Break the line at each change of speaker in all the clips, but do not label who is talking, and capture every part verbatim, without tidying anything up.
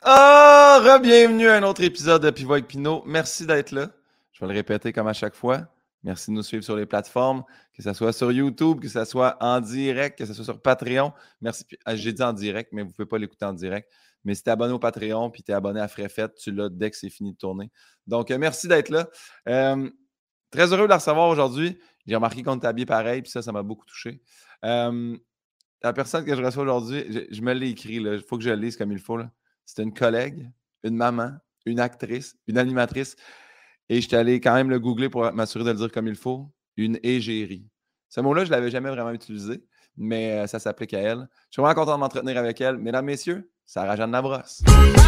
Ah, oh, re-bienvenue à un autre épisode de Pivot avec Pinot. Merci d'être là. Je vais le répéter comme à chaque fois. Merci de nous suivre sur les plateformes, que ce soit sur YouTube, que ce soit en direct, que ce soit sur Patreon. Merci. J'ai dit en direct, mais vous ne pouvez pas l'écouter en direct. Mais si tu es abonné au Patreon puis tu es abonné à Frais Fait, tu l'as dès que c'est fini de tourner. Donc, euh, merci d'être là. Euh, très heureux de la recevoir aujourd'hui. J'ai remarqué qu'on était habillé pareil, puis ça, ça m'a beaucoup touché. Euh, la personne que je reçois aujourd'hui, je, je me l'ai écrit. Il faut que je le lise comme il faut. Là. C'est une collègue, une maman, une actrice, une animatrice. Et je suis allé quand même le googler pour m'assurer de le dire comme il faut. Une égérie. Ce mot-là, je ne l'avais jamais vraiment utilisé, mais euh, ça s'applique à elle. Je suis vraiment content de m'entretenir avec elle. Mesdames, messieurs, Sarah-Jeanne Labrosse.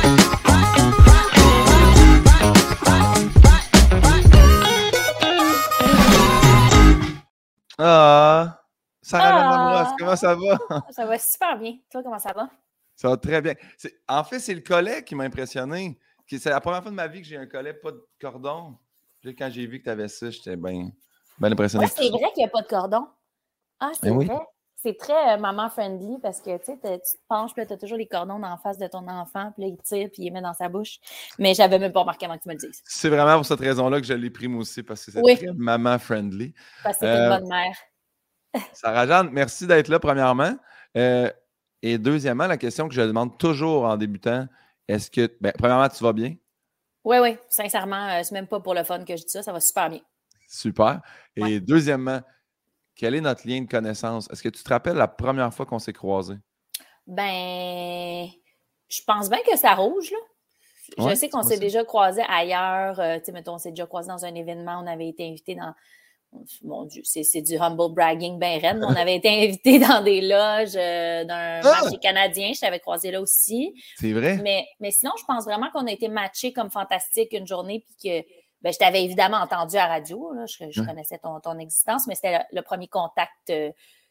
Ah! Sarah-Jeanne Labrosse,
Ah!
comment ça va?
Ça va super bien. Toi, comment ça va?
Ça va très bien. C'est, en fait, c'est le collet qui m'a impressionné. C'est la première fois de ma vie que j'ai un collet pas de cordon. Puis quand j'ai vu que tu avais ça, j'étais bien ben impressionné.
Oui, c'est vrai qu'il n'y a pas de cordon. Ah, c'est
oui.
vrai. C'est très euh, maman-friendly parce que tu sais, tu te penches, puis tu as toujours les cordons en face de ton enfant, puis là, il tire, puis il les met dans sa bouche. Mais j'avais même pas remarqué avant que tu me le dises.
C'est vraiment pour cette raison-là que je l'ai pris moi aussi, parce que c'est
oui.
très maman-friendly.
Parce que c'est euh, une bonne mère.
Sarah-Jeanne, merci d'être là, premièrement. Euh, et deuxièmement, la question que je demande toujours en débutant, est-ce que, ben, premièrement, tu vas bien?
Oui, oui. Sincèrement, euh, c'est même pas pour le fun que je dis ça. Ça va super bien.
Super. Et
ouais.
deuxièmement, quel est notre lien de connaissance? Est-ce que tu te rappelles la première fois qu'on s'est croisés?
Ben, je pense bien que c'est à Rouge, là. Je ouais, sais qu'on s'est ça. déjà croisés ailleurs. Euh, tu sais, mettons, on s'est déjà croisés dans un événement. On avait été invités dans... Mon Dieu, c'est, c'est du humble bragging bien raide. On avait été invités dans des loges euh, d'un ah! marché canadien. Je t'avais croisé là aussi.
C'est vrai?
Mais, mais sinon, je pense vraiment qu'on a été matchés comme fantastique une journée puis que ben, je t'avais évidemment entendu à la radio. Là, je je ouais. connaissais ton, ton existence, mais c'était le, le premier contact euh,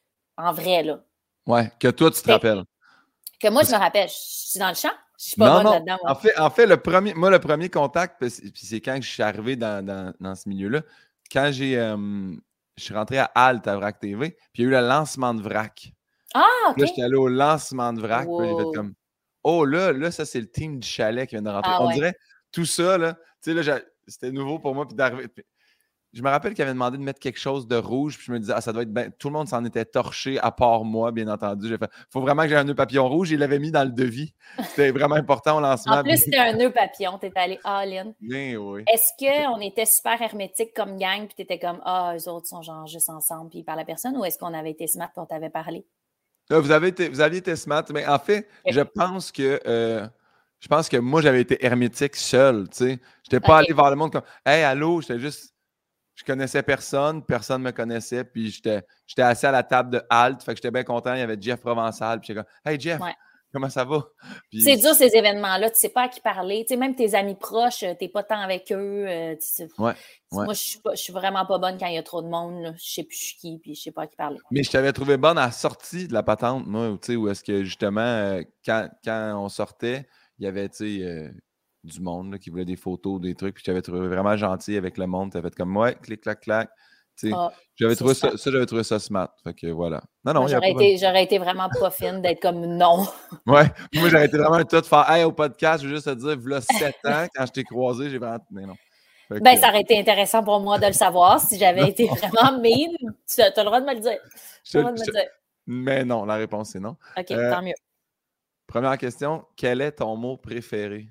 en vrai. Là.
Ouais, que toi, tu
c'était,
te rappelles.
Que moi, je me rappelle. Je suis dans le champ. Je suis pas non, bonne
non.
là-dedans. Moi.
En fait, en fait, le premier, moi, le premier contact, puis c'est quand je suis arrivé dans, dans, dans ce milieu-là, quand j'ai, euh, je suis rentré à Halte à Vrac T V, puis il y a eu le lancement de Vrac.
Ah, OK.
Là, j'étais allé au lancement de Vrac, wow. Puis j'ai fait comme, oh là, là, ça, c'est le team du chalet qui vient de rentrer. Ah, On ouais. dirait tout ça, là, tu sais, là, c'était nouveau pour moi, puis d'arriver. Puis, je me rappelle qu'il avait demandé de mettre quelque chose de rouge, puis je me disais, ah, ça doit être bien. Tout le monde s'en était torché, à part moi, bien entendu. J'ai fait, faut vraiment que j'ai un nœud papillon rouge. Il l'avait mis dans le devis. C'était vraiment important au lancement.
En plus, c'était un nœud papillon. Tu étais allé all-in.
Bien, oui.
Est-ce qu'on était super hermétique comme gang, puis tu étais comme, ah, eux autres sont genre juste ensemble, puis ils parlent à personne, ou est-ce qu'on avait été smart, puis on t'avait parlé?
Là, vous, avez été, vous aviez été smart, mais en fait, okay. je pense que. Euh, je pense que moi, j'avais été hermétique seul, tu sais. Je n'étais pas okay. allé vers le monde comme, hey, allô, j'étais juste. Je connaissais personne, personne ne me connaissait, puis j'étais, j'étais assis à la table de Halte, fait que j'étais bien content, il y avait Jeff Provençal, puis j'étais comme « Hey Jeff, ouais. comment ça va? »
Puis, c'est dur ces événements-là, tu ne sais pas à qui parler, tu sais, même tes amis proches, tu n'es pas tant avec eux. Euh, tu sais,
ouais, ouais.
Moi, je suis, pas, je suis vraiment pas bonne quand il y a trop de monde, là. Je sais plus je suis qui, puis je sais pas à qui parler.
Mais je t'avais trouvé bonne à la sortie de la patente, moi, tu sais, où est-ce que justement, euh, quand, quand on sortait, il y avait, tu sais... Euh, du monde là, qui voulait des photos, des trucs, puis j'avais trouvé vraiment gentil avec le monde. Tu avais fait comme ouais, clic, clac, clac. Oh, j'avais trouvé ça, ça, j'avais trouvé ça smart. Fait que voilà. Non, non,
moi, j'aurais, été, j'aurais été vraiment pas fine d'être comme non.
Ouais, moi j'aurais été vraiment tout de faire hey au podcast, je veux juste te dire, voilà sept ans, quand je t'ai croisé, j'ai vraiment. Mais non.
Fait ben, que... ça aurait été intéressant pour moi de le savoir si j'avais été vraiment mean. Tu as le droit de me le dire. Tu as le droit de me le dire.
Mais non, la réponse c'est non.
OK, euh, tant mieux.
Première question, quel est ton mot préféré?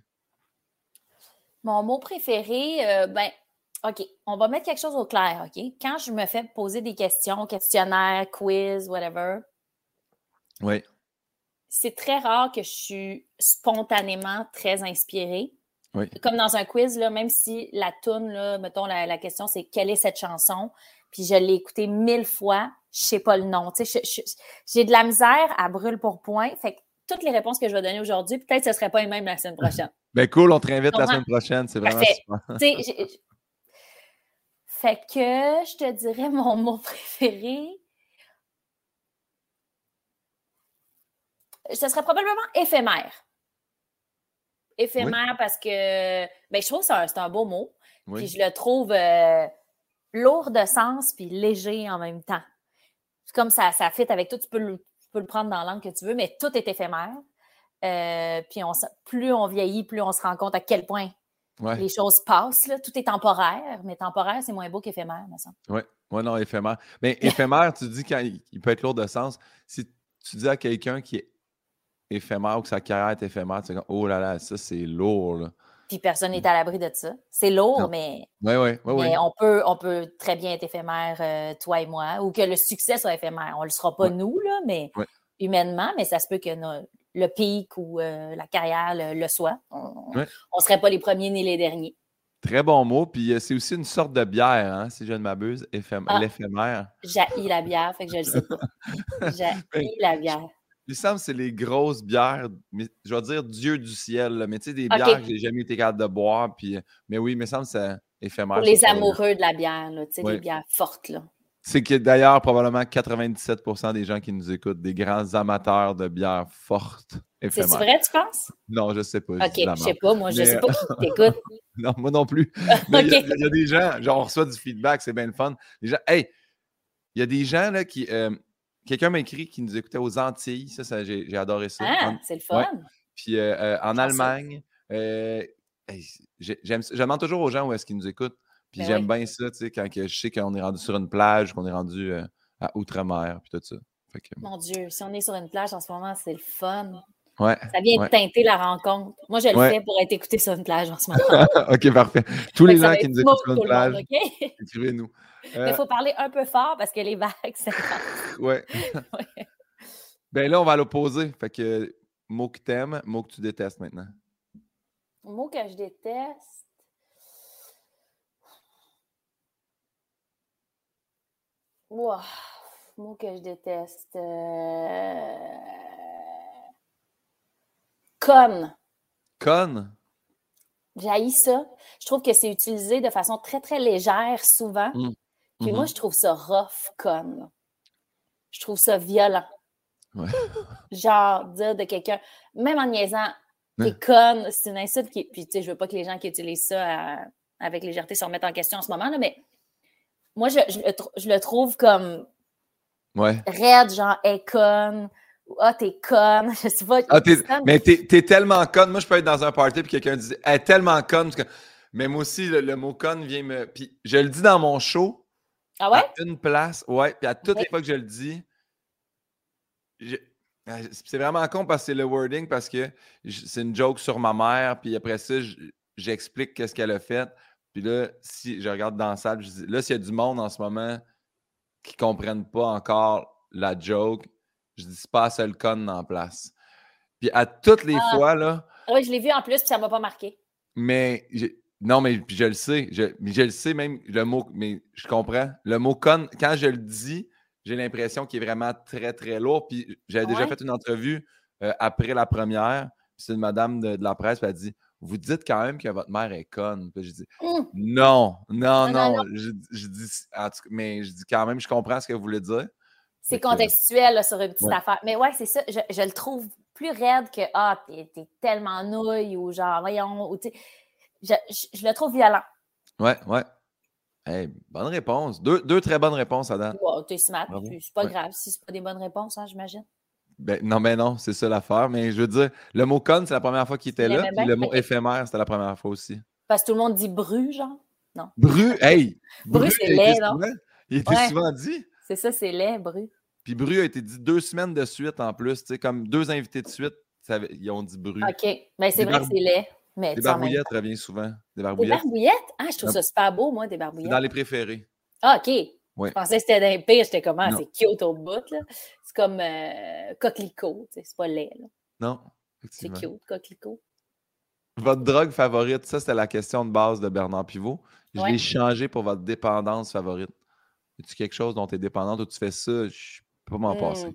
Mon mot préféré, euh, ben, OK, on va mettre quelque chose au clair, OK? Quand je me fais poser des questions, questionnaires, quiz, whatever,
oui.
c'est très rare que je suis spontanément très inspirée.
Oui.
Comme dans un quiz, là, même si la toune, là, mettons, la, la question, c'est « Quelle est cette chanson? » Puis je l'ai écoutée mille fois, je sais pas le nom. Tu sais, je, je, j'ai de la misère à brûle pour point. Fait que toutes les réponses que je vais donner aujourd'hui, peut-être que ce serait pas les mêmes la semaine prochaine.
Ben cool, on te réinvite la semaine prochaine. C'est vraiment
Parfait.
super.
J'ai, j'ai... Fait que je te dirais mon mot préféré. Ce serait probablement éphémère. Éphémère oui. Parce que ben, je trouve que c'est un, c'est un beau mot. Oui. Puis je le trouve euh, lourd de sens puis léger en même temps. C'est comme ça, ça fit avec tout. Tu peux, le, tu peux le prendre dans l'angle que tu veux, mais tout est éphémère. Euh, puis on, plus on vieillit, plus on se rend compte à quel point
ouais.
les choses passent. Là. Tout est temporaire, mais temporaire, c'est moins beau qu'éphémère, me semble.
Oui, ouais, non, éphémère. Mais éphémère, tu dis quand il, il peut être lourd de sens. Si tu dis à quelqu'un qui est éphémère ou que sa carrière est éphémère, tu dis, oh là là, ça, c'est lourd. Là.
Puis personne n'est à l'abri de ça. C'est lourd,
non.
mais,
ouais, ouais, ouais,
mais
ouais.
On, peut, on peut très bien être éphémère, euh, toi et moi, ou que le succès soit éphémère. On ne le sera pas, ouais. nous, là, mais ouais. humainement, mais ça se peut que no, le pic ou euh, la carrière le, le soit. On ne ouais. serait pas les premiers ni les derniers.
Très bon mot. Puis c'est aussi une sorte de bière, hein, si je ne m'abuse, Éphém- ah, l'éphémère.
J'haïs la bière, fait que je ne le sais pas. J'haïs la bière.
Il me semble que c'est les grosses bières, mais, je vais dire Dieu du ciel, là, mais tu sais, des bières okay. que j'ai jamais été capable de boire. Puis, mais oui, il me semble que c'est éphémère.
Pour les amoureux de la bière, tu sais, oui. des bières fortes. Là.
C'est que d'ailleurs, probablement quatre-vingt-dix-sept pour cent des gens qui nous écoutent, des grands amateurs de bières fortes éphémères.
C'est vrai, tu penses?
Non, je ne sais pas.
OK, je ne sais pas. Moi, je ne mais... sais pas qui t'écoute.
Non, moi non plus. Mais okay. il, y a, il y a des gens, genre, on reçoit du feedback, c'est bien le fun. Les gens, hey, il y a des gens là qui... Euh, quelqu'un m'a écrit qui nous écoutait aux Antilles. Ça, ça j'ai, j'ai adoré ça.
Ah, en, c'est le fun. Ouais.
Puis euh, euh, en Allemagne, euh, hey, j'aime, je demande toujours aux gens où est-ce qu'ils nous écoutent. Puis mais j'aime oui. bien ça, tu sais, quand que je sais qu'on est rendu sur une plage, qu'on est rendu euh, à Outre-mer, puis tout ça. Fait que,
mon Dieu, si on est sur une plage en ce moment, c'est le fun.
Ouais,
ça vient
ouais.
de teinter la rencontre. Moi, je le
ouais.
fais pour être écouté sur une plage en ce moment.
OK, parfait. Tous les gens qui nous écoutent sur une plage,
monde, okay?
écrivez-nous.
Euh... Mais il faut parler un peu fort parce que les vagues, c'est
ouais. ouais. Ben là, on va à l'opposé. Fait que mot que t'aimes, mot que tu détestes maintenant.
Mot que je déteste. Wow. Mot que je déteste. Euh... Conne.
Conne?
J'haïs ça. Je trouve que c'est utilisé de façon très, très légère souvent. Mmh. Puis mmh. moi, je trouve ça rough, conne. Je trouve ça violent.
Ouais.
Genre, dire de quelqu'un, même en niaisant, t'es ouais. conne, c'est une insulte qui. Puis, tu sais, je veux pas que les gens qui utilisent ça à... avec légèreté se remettent en question en ce moment, là, mais moi, je, je, le, je le trouve comme.
Ouais.
Raide, genre, hey, conne. Ah, oh, t'es conne. Je sais pas.
Ah, t'es, mais t'es, t'es tellement conne. Moi, je peux être dans un party puis quelqu'un dit elle est tellement conne. Parce que... Mais moi aussi, le, le mot conne vient me. Puis je le dis dans mon show.
Ah ouais?
À une place. Ouais. Puis à toutes
ouais.
les fois que je le dis, je... c'est vraiment con parce que c'est le wording, parce que c'est une joke sur ma mère. Puis après ça, j'explique qu'est-ce qu'elle a fait. Puis là, si je regarde dans la salle, je dis là, s'il y a du monde en ce moment qui ne comprennent pas encore la joke, je dis c'est pas la seule conne en place. Puis à toutes les
ah.
fois, là.
Oui, je l'ai vu en plus, puis ça ne m'a pas marqué.
Mais non, mais puis je le sais. Je, mais je le sais même, le mot, mais je comprends. Le mot conne, quand je le dis, j'ai l'impression qu'il est vraiment très, très lourd. Puis j'avais déjà ouais. fait une entrevue euh, après la première. C'est une madame de, de la presse, puis elle dit vous dites quand même que votre mère est conne. Puis je dis mmh. non, non, non, non. non. Je, je dis, en tout cas, mais je dis quand même, je comprends ce que vous voulez dire.
C'est donc, contextuel là, sur une petite ouais. affaire. Mais ouais, c'est ça. Je, je le trouve plus raide que ah, t'es, t'es tellement nouille ou genre, voyons, ou tu sais. Je, je, je le trouve violent.
Ouais, ouais. Hey, bonne réponse. Deux, deux très bonnes réponses à date.
Wow, t'es smart. Puis c'est pas ouais. grave si c'est pas des bonnes réponses, hein, j'imagine.
Ben, non, mais non, c'est ça l'affaire. Mais je veux dire, le mot conne, c'est la première fois qu'il était là. Puis le mot okay. éphémère, c'était la première fois aussi.
Parce que tout le monde dit bru, genre? Non.
Bru, hey!
Bru, bru c'est laid, non?
Souvent, il était ouais. souvent dit.
C'est ça, c'est laid, bru.
Puis bru a été dit deux semaines de suite en plus. Tu sais, comme deux invités de suite, ça, ils ont dit bru.
OK. Mais c'est des vrai bar... que c'est laid. Mais
des barbouillettes revient souvent. Des barbouillettes.
Des barbouillettes? Ah, je trouve ça super beau, moi, des barbouillettes.
C'est dans les préférés.
Ah, OK.
Oui.
Je pensais que c'était d'un pire. J'étais comme, ah, c'est cute au bout, là. C'est comme euh, coquelicot, tu sais, c'est pas laid, là.
Non,
effectivement. C'est cute, coquelicot.
Votre drogue favorite, ça, c'était la question de base de Bernard Pivot. Je
ouais.
l'ai changé pour votre dépendance favorite. As-tu quelque chose dont tu es dépendante ou tu fais ça? Je peux pas m'en mmh. passer.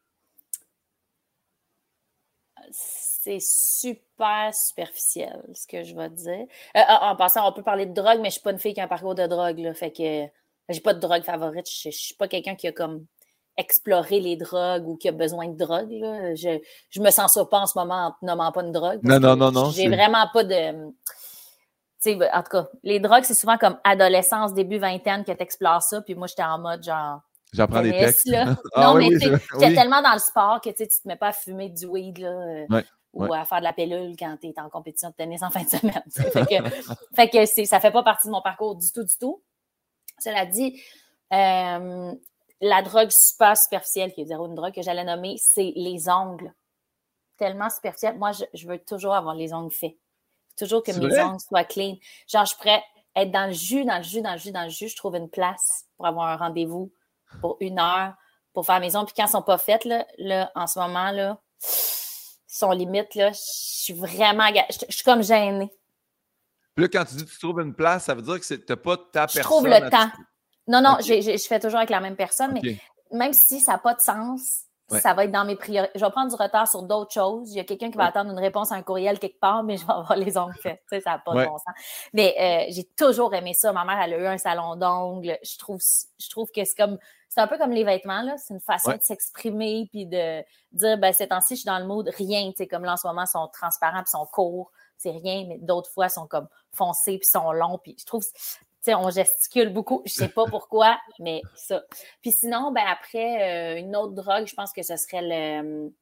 C'est super superficiel, ce que je vais te dire. Euh, en passant, on peut parler de drogue, mais je suis pas une fille qui a un parcours de drogue, là. Fait que j'ai pas de drogue favorite. Je, je suis pas quelqu'un qui a comme exploré les drogues ou qui a besoin de drogue, là. Je, je me sens ça pas en ce moment en nommant pas une drogue.
Non, non, non, non.
J'ai c'est... vraiment pas de... Tu sais, en tout cas, les drogues, c'est souvent comme adolescence, début vingtaine que t'explores ça. Puis moi, j'étais en mode genre...
J'apprends des textes.
Là.
ah,
non,
oui,
mais
oui,
tu
oui.
es tellement dans le sport que tu te mets pas à fumer du weed, là.
Ouais.
ou
ouais.
à faire de la pilule quand tu es en compétition de tennis en fin de semaine. fait que, fait que c'est, ça fait pas partie de mon parcours du tout, du tout. Cela dit, euh, la drogue super superficielle, qui est zéro une drogue que j'allais nommer, c'est les ongles. Tellement superficielle. Moi, je, je veux toujours avoir les ongles faits. Toujours que
C'est
mes
vrai?
ongles soient clean. Genre, je pourrais être dans le jus, dans le jus, dans le jus, dans le jus. Je trouve une place pour avoir un rendez-vous pour une heure pour faire mes ongles. Puis quand ils sont pas faites, là, là en ce moment, là, sont limite, là, je suis vraiment... Je, je suis comme gênée.
Puis là, quand tu dis que tu trouves une place, ça veut dire que tu n'as pas ta
je
personne.
Je trouve le temps. Non, non,
okay.
j'ai, j'ai, je fais toujours avec la même personne, okay. mais même si ça n'a pas de sens, ouais. ça va être dans mes priorités. Je vais prendre du retard sur d'autres choses. Il y a quelqu'un qui va ouais. attendre une réponse à un courriel quelque part, mais je vais avoir les ongles faits. Tu sais, ça n'a pas ouais. de bon sens. Mais euh, j'ai toujours aimé ça. Ma mère, elle a eu un salon d'ongles. Je trouve, je trouve que c'est comme... C'est un peu comme les vêtements, là. C'est une façon ouais. de s'exprimer puis de dire, ben, ces temps-ci, je suis dans le mood rien. Tu sais, comme là, en ce moment, ils sont transparents puis sont courts. C'est rien, mais d'autres fois, ils sont comme foncés puis sont longs. Puis je trouve... Tu sais, on gesticule beaucoup. Je sais pas pourquoi, mais ça. Puis sinon, ben après, euh, une autre drogue, je pense que ce serait le...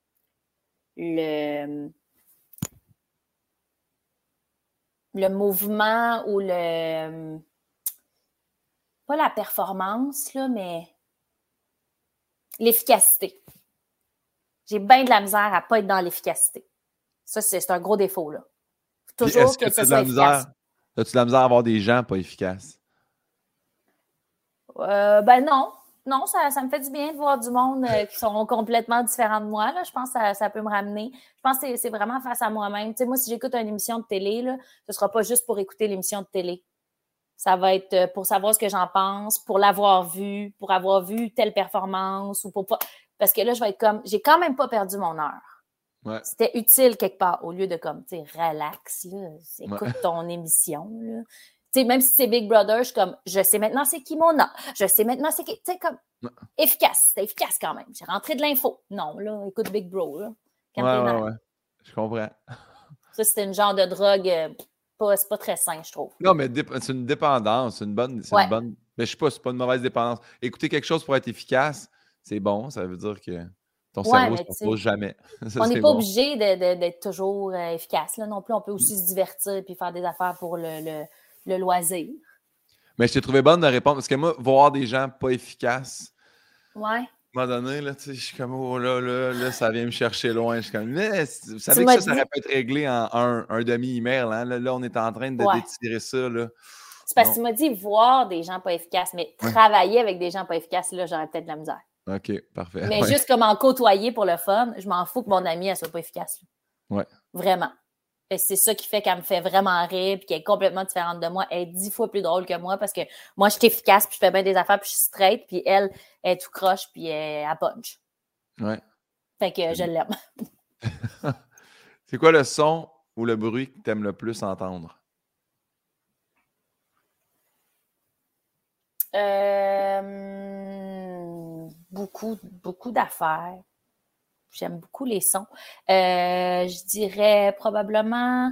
le... le mouvement ou le... pas la performance, là, mais l'efficacité. J'ai bien de la misère à pas être dans l'efficacité. Ça, c'est, c'est un gros défaut, là. Toujours que, que ce soit efficace.
As-tu de la misère à avoir des gens pas efficaces?
Euh, ben non. Non, ça, ça me fait du bien de voir du monde euh, qui sont complètement différents de moi. Là. Je pense que ça, ça peut me ramener. Je pense que c'est, c'est vraiment face à moi-même. Tu sais, moi, si j'écoute une émission de télé, là, ce ne sera pas juste pour écouter l'émission de télé. Ça va être pour savoir ce que j'en pense, pour l'avoir vu, pour avoir vu telle performance ou pour pas. Parce que là, je vais être comme, j'ai quand même pas perdu mon heure.
Ouais.
C'était utile quelque part, au lieu de comme, tu sais, relax, là, écoute
ouais.
ton émission, là. Tu sais, même si c'est Big Brother, je suis comme, je sais maintenant c'est qui mon nom, je sais maintenant c'est qui, tu sais, comme, ouais. efficace, c'était efficace quand même. J'ai rentré de l'info. Non, là, écoute Big Bro, là.
Ouais, ouais, ouais, je comprends.
Ça, c'était une genre de drogue, euh, pas, c'est pas très sain, je trouve.
Non, mais dép- c'est une dépendance, c'est une bonne, c'est
ouais.
une bonne, mais je sais pas, c'est pas une mauvaise dépendance. Écouter quelque chose pour être efficace, c'est bon, ça veut dire que ton
ouais,
cerveau ne se repose jamais.
Ça, on n'est pas bon. obligé de, de, d'être toujours euh, efficace, là, non plus. On peut aussi se divertir puis faire des affaires pour le, le, le loisir.
Mais je t'ai trouvé bonne de répondre, parce que moi, voir des gens pas efficaces,
ouais.
à un moment donné, là, je suis comme, oh là, là, là, ça vient me chercher loin. Je suis comme, mais vous savez que ça, dit... ça aurait pu être réglé en un, un demi-email. Hein? Là, là, on est en train de ouais. détirer ça. Là.
C'est parce que tu m'as dit voir des gens pas efficaces, mais ouais. travailler avec des gens pas efficaces, là, j'aurais peut-être de la misère.
OK, parfait.
Mais
ouais.
juste comme en côtoyer pour le fun, je m'en fous que mon amie, elle soit pas efficace. Là.
Ouais.
Vraiment. Et c'est ça qui fait qu'elle me fait vraiment rire puis qu'elle est complètement différente de moi. Elle est dix fois plus drôle que moi parce que moi, je suis efficace puis je fais bien des affaires puis je suis straight puis elle, elle est tout croche puis elle, elle punch.
Ouais.
Fait que je l'aime.
C'est quoi le son ou le bruit que tu aimes le plus entendre?
Euh, beaucoup, beaucoup d'affaires. J'aime beaucoup les sons. Euh, je dirais probablement...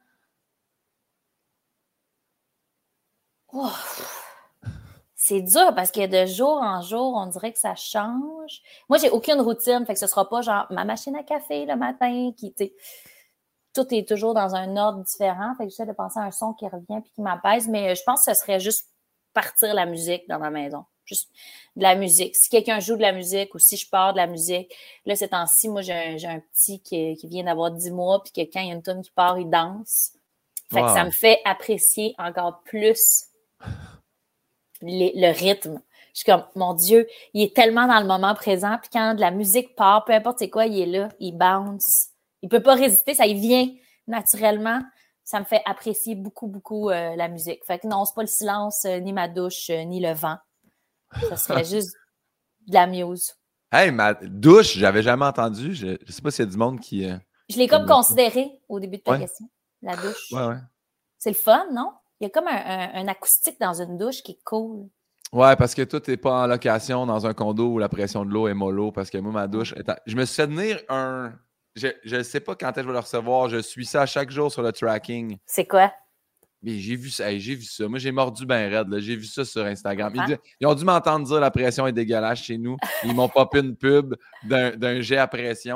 Oh. C'est dur parce que de jour en jour, on dirait que ça change. Moi, j'ai aucune routine, fait que ce sera pas genre ma machine à café le matin qui, tu sais, tout est toujours dans un ordre différent. Fait que j'essaie de penser à un son qui revient puis qui m'apaise, mais je pense que ce serait juste partir la musique dans ma maison. Juste de la musique. Si quelqu'un joue de la musique ou si je pars de la musique, là, ces temps-ci, moi, j'ai un, j'ai un petit qui, qui vient d'avoir dix mois puis que quand il y a une tune qui part, il danse. Fait wow. que ça me fait apprécier encore plus les, le rythme. Je suis comme, mon Dieu, il est tellement dans le moment présent puis quand de la musique part, peu importe c'est quoi, il est là, il bounce. Il peut pas résister, ça y vient naturellement. Ça me fait apprécier beaucoup, beaucoup euh, la musique. Fait que non, c'est pas le silence, euh, ni ma douche, euh, ni le vent. Ça serait juste de la muse.
Hey, ma douche, j'avais jamais entendu. Je, je sais pas s'il y a du monde qui... Euh,
je l'ai comme considéré au début de ta
ouais.
question. La douche.
Ouais, ouais.
C'est le fun, non? Il y a comme un, un, un acoustique dans une douche qui est cool.
Ouais, parce que toi, t'es pas en location dans un condo où la pression de l'eau est mollo. Parce que moi, ma douche... Est à... Je me suis fait venir un... Je ne sais pas quand est-ce que je vais le recevoir. Je suis ça chaque jour sur le tracking.
C'est quoi?
Mais j'ai vu ça. Hey, j'ai vu ça. Moi, j'ai mordu ben raide. Là. J'ai vu ça sur Instagram. Ils, ils ont dû m'entendre dire la pression est dégueulasse chez nous. Ils m'ont popé une pub d'un, d'un jet à pression.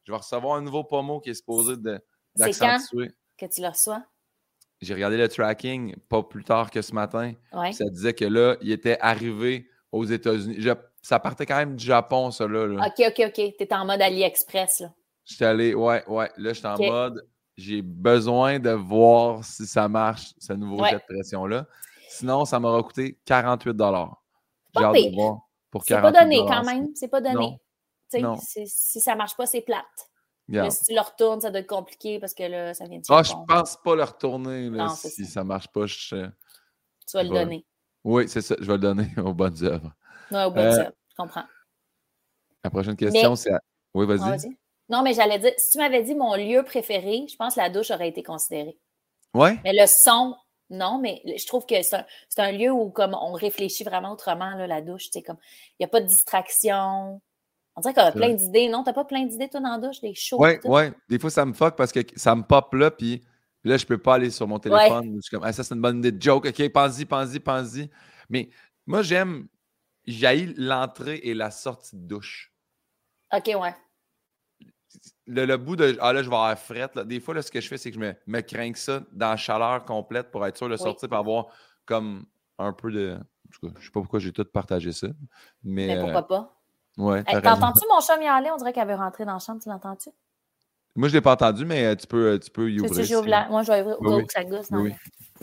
Je vais recevoir un nouveau pommeau qui est supposé de,
d'accentuer. C'est quand que tu le reçois?
J'ai regardé le tracking pas plus tard que ce matin.
Ouais.
Ça disait que là, il était arrivé aux États-Unis. Je, ça partait quand même du Japon, ça, là. là.
OK, OK, OK. Tu es en mode AliExpress, là.
J'étais allé, ouais, ouais. Là, j'étais en
okay.
mode, j'ai besoin de voir si ça marche, ce nouveau
ouais.
jet de pression-là. Sinon, ça m'aura coûté quarante-huit dollars.
J'ai
hâte de voir pour quarante-huit dollars.
C'est pas donné quand même. C'est pas donné.
Non.
C'est, si ça marche pas, c'est plate.
Yeah.
Là, si tu le retournes, ça doit être compliqué parce que là, ça vient de
Ah, je pense pas le retourner là, non, si ça. ça marche pas. Je...
Tu vas le
vais...
donner.
Oui, c'est ça. Je vais le donner aux bonnes œuvres.
Oui, aux bonnes euh... œuvres. Je comprends.
La prochaine question, mais... c'est... Oui, vas-y.
Ah, vas-y. Non, mais j'allais dire, si tu m'avais dit mon lieu préféré, je pense que la douche aurait été considérée.
Oui?
Mais le son, non, mais je trouve que c'est un, c'est un lieu où comme on réfléchit vraiment autrement, là, la douche. Tu sais, comme il n'y a pas de distraction. On dirait qu'on a c'est plein vrai. d'idées. Non, t'as pas plein d'idées, toi, dans la douche, des shows?
Oui, oui. Des fois, ça me fuck parce que ça me pop là, puis là, je peux pas aller sur mon téléphone. Ouais. Je suis comme, ah, ça, c'est une bonne idée de joke. OK, pense-y, pense-y, pense-y. Mais moi, j'aime, j'haïs l'entrée et la sortie de douche.
OK, ouais.
Le, le bout de, ah là, je vais avoir frette. Là. Des fois, là, ce que je fais, c'est que je me, me crains ça dans la chaleur complète pour être sûr de sortir et oui. avoir comme un peu de... En tout cas, je sais pas pourquoi j'ai tout partagé ça. Mais,
mais pourquoi pas?
Ouais,
hey, t'entends-tu mon chat miauler? On dirait qu'elle veut rentrer dans la chambre. Tu l'entends-tu?
Moi, je ne l'ai pas entendu, mais tu peux, tu peux y ouvrir.
Tu j'ouvre la... Moi, je vais ouvrir oui, oui. que ça gosse.
Oui.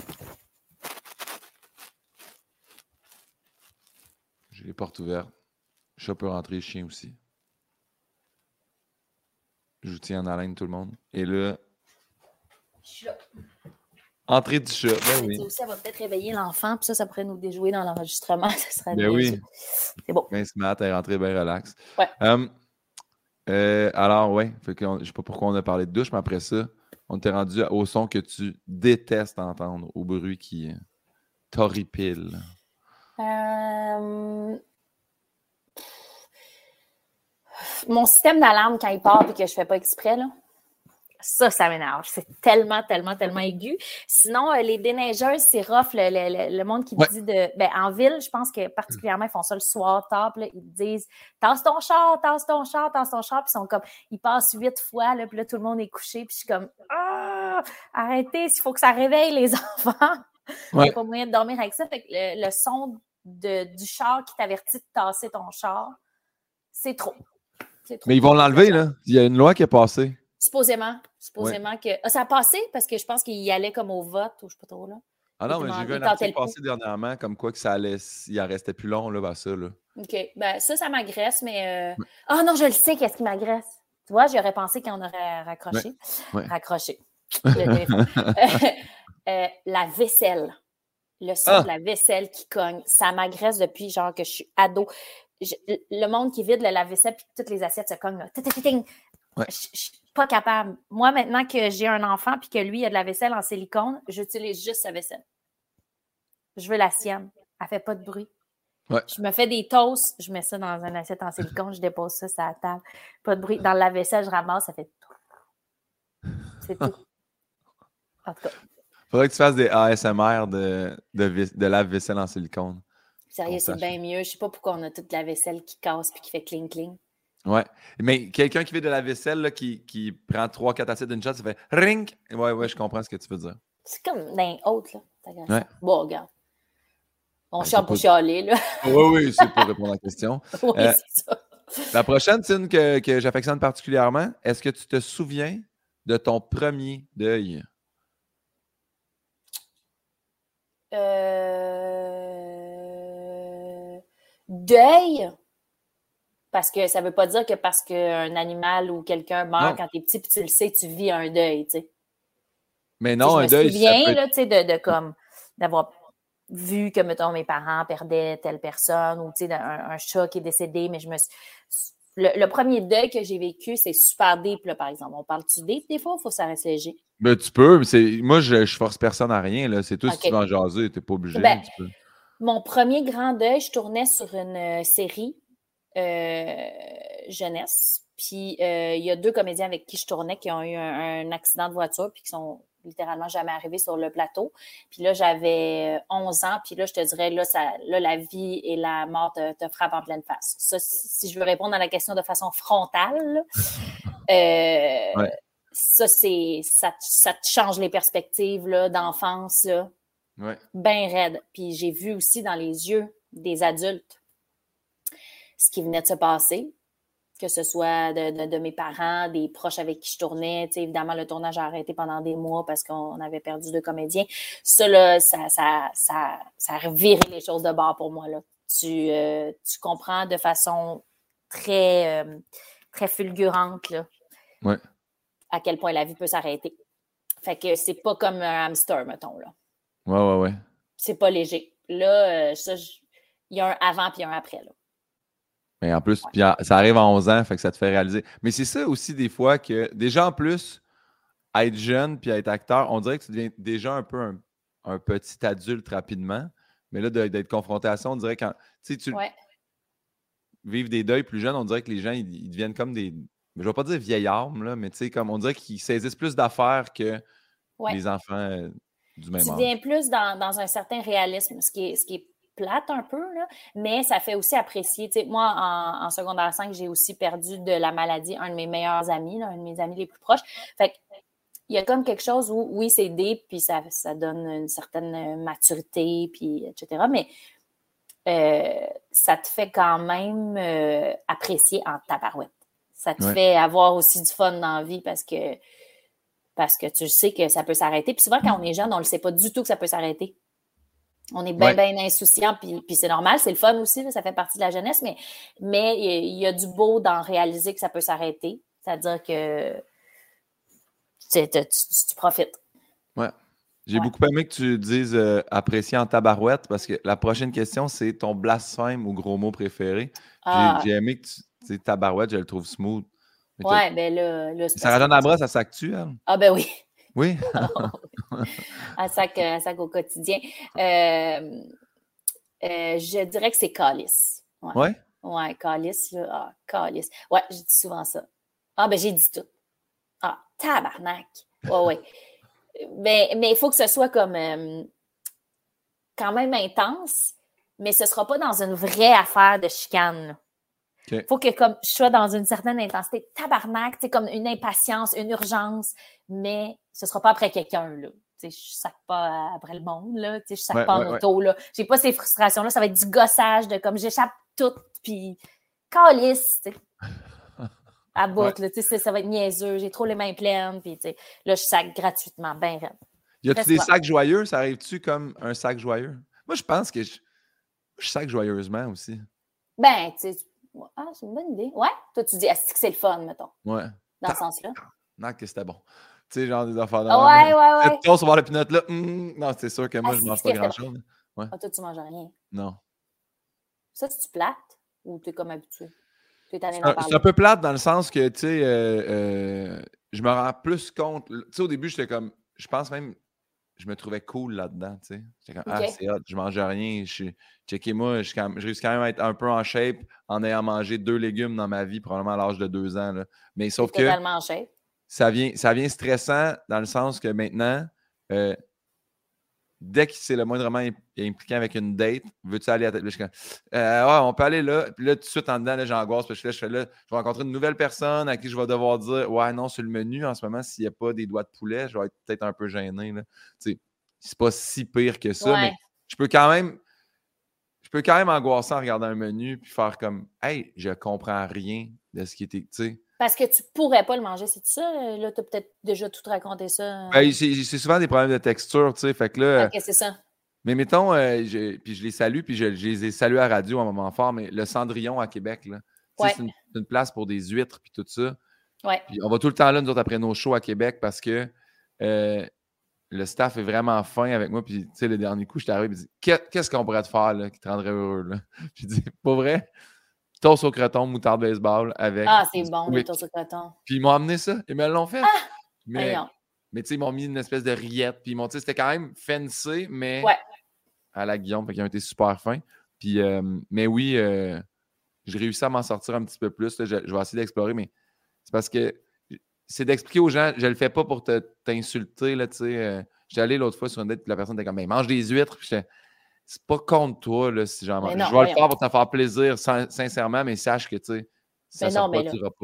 J'ai les portes ouvertes. Le chat peut rentrer, le chien aussi. Je vous tiens en haleine, tout le monde. Et là...
Chat.
Entrée du chat. Ben oui.
Aussi, elle va peut-être réveiller l'enfant, puis ça, ça pourrait nous déjouer dans l'enregistrement. Ça serait
ben oui.
C'est bon.
Ben, ce matin, elle est rentrée bien relax.
Ouais.
Um, euh, alors, oui, je ne sais pas pourquoi on a parlé de douche, mais après ça, on t'est rendu au son que tu détestes entendre, au bruit qui t'horripile.
Euh... Mon système d'alarme, quand il part et que je ne fais pas exprès, là, ça, ça m'énerve. C'est tellement, tellement, tellement aigu. Sinon, euh, les déneigeuses, c'est rough. Le, le, le monde qui ouais. dit de... Ben, en ville, je pense que particulièrement, ils font ça le soir tard. Là, ils disent « Tasse ton char, tasse ton char, tasse ton char. » Puis ils sont comme... Ils passent huit fois, là, puis là, tout le monde est couché. Puis je suis comme « Ah! Arrêtez, il faut que ça réveille les enfants. Il ouais. n'y a pas moyen de dormir avec ça. » Fait que le, le son de, du char qui t'avertit de tasser ton char, c'est trop. c'est trop.
Mais ils vont l'enlever, là. Il y a une loi qui est passée.
Supposément. Supposément ouais. que. Ah, ça a passé parce que je pense qu'il y allait comme au vote ou je ne sais pas trop là.
Ah non, mais j'ai vu un article passer dernièrement comme quoi que ça allait. Il en restait plus long là, ben ça. Là.
OK. Ben ça, ça m'agresse, mais. Ah euh... ouais. oh, non, je le sais, qu'est-ce qui m'agresse. Tu vois, j'y aurais pensé qu'on aurait raccroché.
Ouais. Ouais.
Raccroché. Le euh, la vaisselle. Le son ah. de la vaisselle qui cogne. Ça m'agresse depuis genre que je suis ado. Je... le monde qui vide le lave-vaisselle puis toutes les assiettes se cognent là.
Ouais.
Je ne suis pas capable. Moi, maintenant que j'ai un enfant et que lui, il a de la vaisselle en silicone, j'utilise juste sa vaisselle. Je veux la sienne. Elle ne fait pas de bruit.
Ouais.
Je me fais des toasts, je mets ça dans une assiette en silicone, je dépose ça sur la table. Pas de bruit. Dans le lave-vaisselle, je ramasse, ça fait tout. C'est tout. En tout cas.
Faudrait que tu fasses des A S M R de, de, de lave-vaisselle en silicone.
Sérieux, c'est bien mieux. Je ne sais pas pourquoi on a toute la vaisselle qui casse et qui fait cling-cling.
Ouais. Mais quelqu'un qui fait de la vaisselle, là, qui, qui prend trois quatre assiettes d'une shot, ça fait ring. Ouais, ouais, je comprends ce que tu veux dire.
C'est comme dans les hautes, là.
Ouais.
Bon, regarde. On chiale pour chialer, là.
Oui, oui, c'est pour répondre à la question.
Oui, euh, c'est ça.
La prochaine, c'est une que, que j'affectionne particulièrement. Est-ce que tu te souviens de ton premier deuil?
Euh... Deuil? Parce que ça ne veut pas dire que parce qu'un animal ou quelqu'un meurt non. quand tu es petit, puis tu le sais, tu vis un deuil, tu sais.
Mais non, un deuil...
Je me souviens, peut... là, tu sais, de, de comme, d'avoir vu que, mettons, mes parents perdaient telle personne ou, tu sais, un, un chat qui est décédé, mais je me suis... Le, le premier deuil que j'ai vécu, c'est super deep, là, par exemple. On parle-tu deep, des fois, il faut que ça reste léger?
Ben, tu peux. C'est... Moi, je, je force personne à rien, là. C'est tout okay. Si tu veux en jaser, tu n'es pas obligé.
Ben, tu peux. Mon premier grand deuil, je tournais sur une euh, série Euh, jeunesse. Puis, euh, il y a deux comédiens avec qui je tournais qui ont eu un, un accident de voiture puis qui sont littéralement jamais arrivés sur le plateau. Puis là, j'avais onze ans. Puis là, je te dirais, là, ça, là la vie et la mort te, te frappent en pleine face. Ça, si, si je veux répondre à la question de façon frontale, Euh,
ouais.
Ça, c'est ça, ça te change les perspectives là, d'enfance, là.
Ouais.
Ben raide. Puis j'ai vu aussi dans les yeux des adultes ce qui venait de se passer, que ce soit de, de, de mes parents, des proches avec qui je tournais. Tu sais, évidemment, le tournage a arrêté pendant des mois parce qu'on avait perdu deux comédiens. Ça, là, ça, ça, ça, ça a reviré les choses de bord pour moi, là. Tu, euh, tu comprends de façon très, euh, très fulgurante, là,
ouais.
à quel point la vie peut s'arrêter. Fait que c'est pas comme un hamster, mettons, là.
Ouais, ouais, ouais.
C'est pas léger. Là, euh, ça, il y a un avant puis un après, là.
Mais en plus, ouais. Puis ça arrive à onze ans, fait que ça te fait réaliser. Mais c'est ça aussi des fois que, déjà en plus, être jeune puis être acteur, on dirait que tu deviens déjà un peu un, un petit adulte rapidement. Mais là, d'être confronté à ça, on dirait quand, tu sais, tu
ouais.
vivre des deuils plus jeunes, on dirait que les gens, ils, ils deviennent comme des, je ne vais pas dire vieillards, là, mais tu sais, comme on dirait qu'ils saisissent plus d'affaires que ouais. les enfants euh, du même
tu
âge.
Tu viens plus dans, dans un certain réalisme, ce qui est, ce qui est plate un peu, là, mais ça fait aussi apprécier. Tu sais, moi, en, en secondaire cinq, j'ai aussi perdu de la maladie un de mes meilleurs amis, là, un de mes amis les plus proches. Fait que, il y a comme quelque chose où, oui, c'est deep, puis ça, ça donne une certaine maturité, puis et cetera. Mais euh, ça te fait quand même euh, apprécier en tabarouette. Ça te ouais. fait avoir aussi du fun dans la vie parce que, parce que tu sais que ça peut s'arrêter. Puis souvent, quand on est jeune, on ne le sait pas du tout que ça peut s'arrêter. On est bien, ouais. bien insouciant, puis, puis c'est normal, c'est le fun aussi, là, ça fait partie de la jeunesse, mais mais il y, y a du beau dans réaliser que ça peut s'arrêter. C'est-à-dire que tu, tu, tu, tu profites.
Ouais. J'ai ouais. beaucoup aimé que tu dises euh, apprécier en tabarouette parce que la prochaine question, c'est ton blasphème ou gros mot préféré. Ah. J'ai, j'ai aimé que tu sais, tabarouette, je le trouve smooth.
Mais ouais, ben là. là
Sarah-Jeanne Labrosse, ça s'actue, elle?
Ah, ben oui.
Oui.
Un sac, un sac au quotidien. Euh, euh, je dirais que c'est calice. Ouais.
Ouais?
Ouais, calice, là. Ah, calice. Ouais, j'ai dit souvent ça. Ah, ben j'ai dit tout. Ah, tabarnak. Ouais, ouais. Mais mais il faut que ce soit comme euh, quand même intense, mais ce ne sera pas dans une vraie affaire de chicane. Il okay. faut que comme je sois dans une certaine intensité. Tabarnak, c'est comme une impatience, une urgence, mais ce ne sera pas après quelqu'un, là. Je ne sac pas après le monde, là. Je ne sac ouais, pas ouais, en auto, ouais. là. J'ai pas ces frustrations-là. Ça va être du gossage de comme j'échappe tout, puis calisse, tu sais. À bout, ouais. là, tu sais, ça va être niaiseux. J'ai trop les mains pleines, puis tu sais, là, je sac gratuitement, ben raide.
Y a-tu des sacs joyeux? Ça arrive-tu comme un sac joyeux? Moi, je pense que je, je sac joyeusement aussi.
Ben, tu sais, ah, c'est une bonne idée. Ouais? Toi, tu dis, est-ce que c'est le fun, mettons?
Ouais.
Dans ce sens-là.
Non, que c'était bon. Tu sais, genre des affaires de
ouais, ouais, ouais.
On se voir la pinotte là. Mmh, non, c'est sûr que moi, ah, je mange pas grand-chose. Ouais.
Ah, toi, tu manges rien.
Non.
Ça, c'est-tu plate ou t'es comme habitué?
C'est un, c'est un peu plate dans le sens que, tu sais, euh, euh, je me rends plus compte. Tu sais, au début, j'étais comme, je pense même, je me trouvais cool là-dedans, tu sais. J'étais comme, okay. ah, c'est hot, je mange rien. Je suis, checkez-moi, je, je réussis quand même à être un peu en shape en ayant mangé deux légumes dans ma vie, probablement à l'âge de deux ans. Là. Mais sauf que.
Totalement en shape.
Ça vient, ça vient stressant dans le sens que maintenant, euh, dès que c'est le moindrement impliqué avec une date, veux-tu aller à... Là, je suis comme, euh, ouais, on peut aller là. Puis là, tout de suite en dedans, là, j'angoisse. Puis là, je fais là, je vais rencontrer une nouvelle personne à qui je vais devoir dire, ouais, non, sur le menu, en ce moment, s'il n'y a pas des doigts de poulet, je vais être peut-être un peu gêné. Là. Tu sais, c'est pas si pire que ça, ouais. mais je peux quand même. Je peux quand même angoisser en regardant un menu puis faire comme, hey, je comprends rien de ce qui était, tu sais.
Parce que tu pourrais pas le manger, c'est ça? Là, tu as peut-être déjà tout raconté ça.
Ben, c'est, c'est souvent des problèmes de texture, tu sais. Fait que là.
Ok, c'est ça.
Mais mettons, euh, je, puis je les salue, puis je, je les ai salués à la radio à un moment fort, mais le Cendrillon à Québec, là. Ouais. C'est une, une place pour des huîtres, puis tout ça.
Ouais.
Puis on va tout le temps là, nous autres, après nos shows à Québec, parce que euh, le staff est vraiment fin avec moi. Puis, tu sais, le dernier coup, je suis arrivé, et dit, qu'est-ce qu'on pourrait te faire, là, qui te rendrait heureux, là? J'ai dit, pas vrai? Toast au croton, moutarde baseball avec.
Ah, c'est bon, le toast au croton.
Puis ils m'ont amené ça. Ils me l'ont fait.
Ah!
Mais, mais tu sais, ils m'ont mis une espèce de rillette. Puis ils m'ont dit, c'était quand même fancy, mais
ouais.
à la Guillaume. Fait qu'ils ont été super fins. Puis, euh, mais oui, euh, j'ai réussi à m'en sortir un petit peu plus. Là. Je, je vais essayer d'explorer, mais c'est parce que c'est d'expliquer aux gens, je le fais pas pour te, t'insulter. Là, tu sais. Euh, j'étais allé l'autre fois sur une date, puis la personne était comme, ben, mange des huîtres. Puis j'étais, c'est pas contre toi, là, si j'en mange. Je vais le faire pour te faire plaisir, sin- sincèrement, mais sache que, tu sais, ça ne sortira pas, là.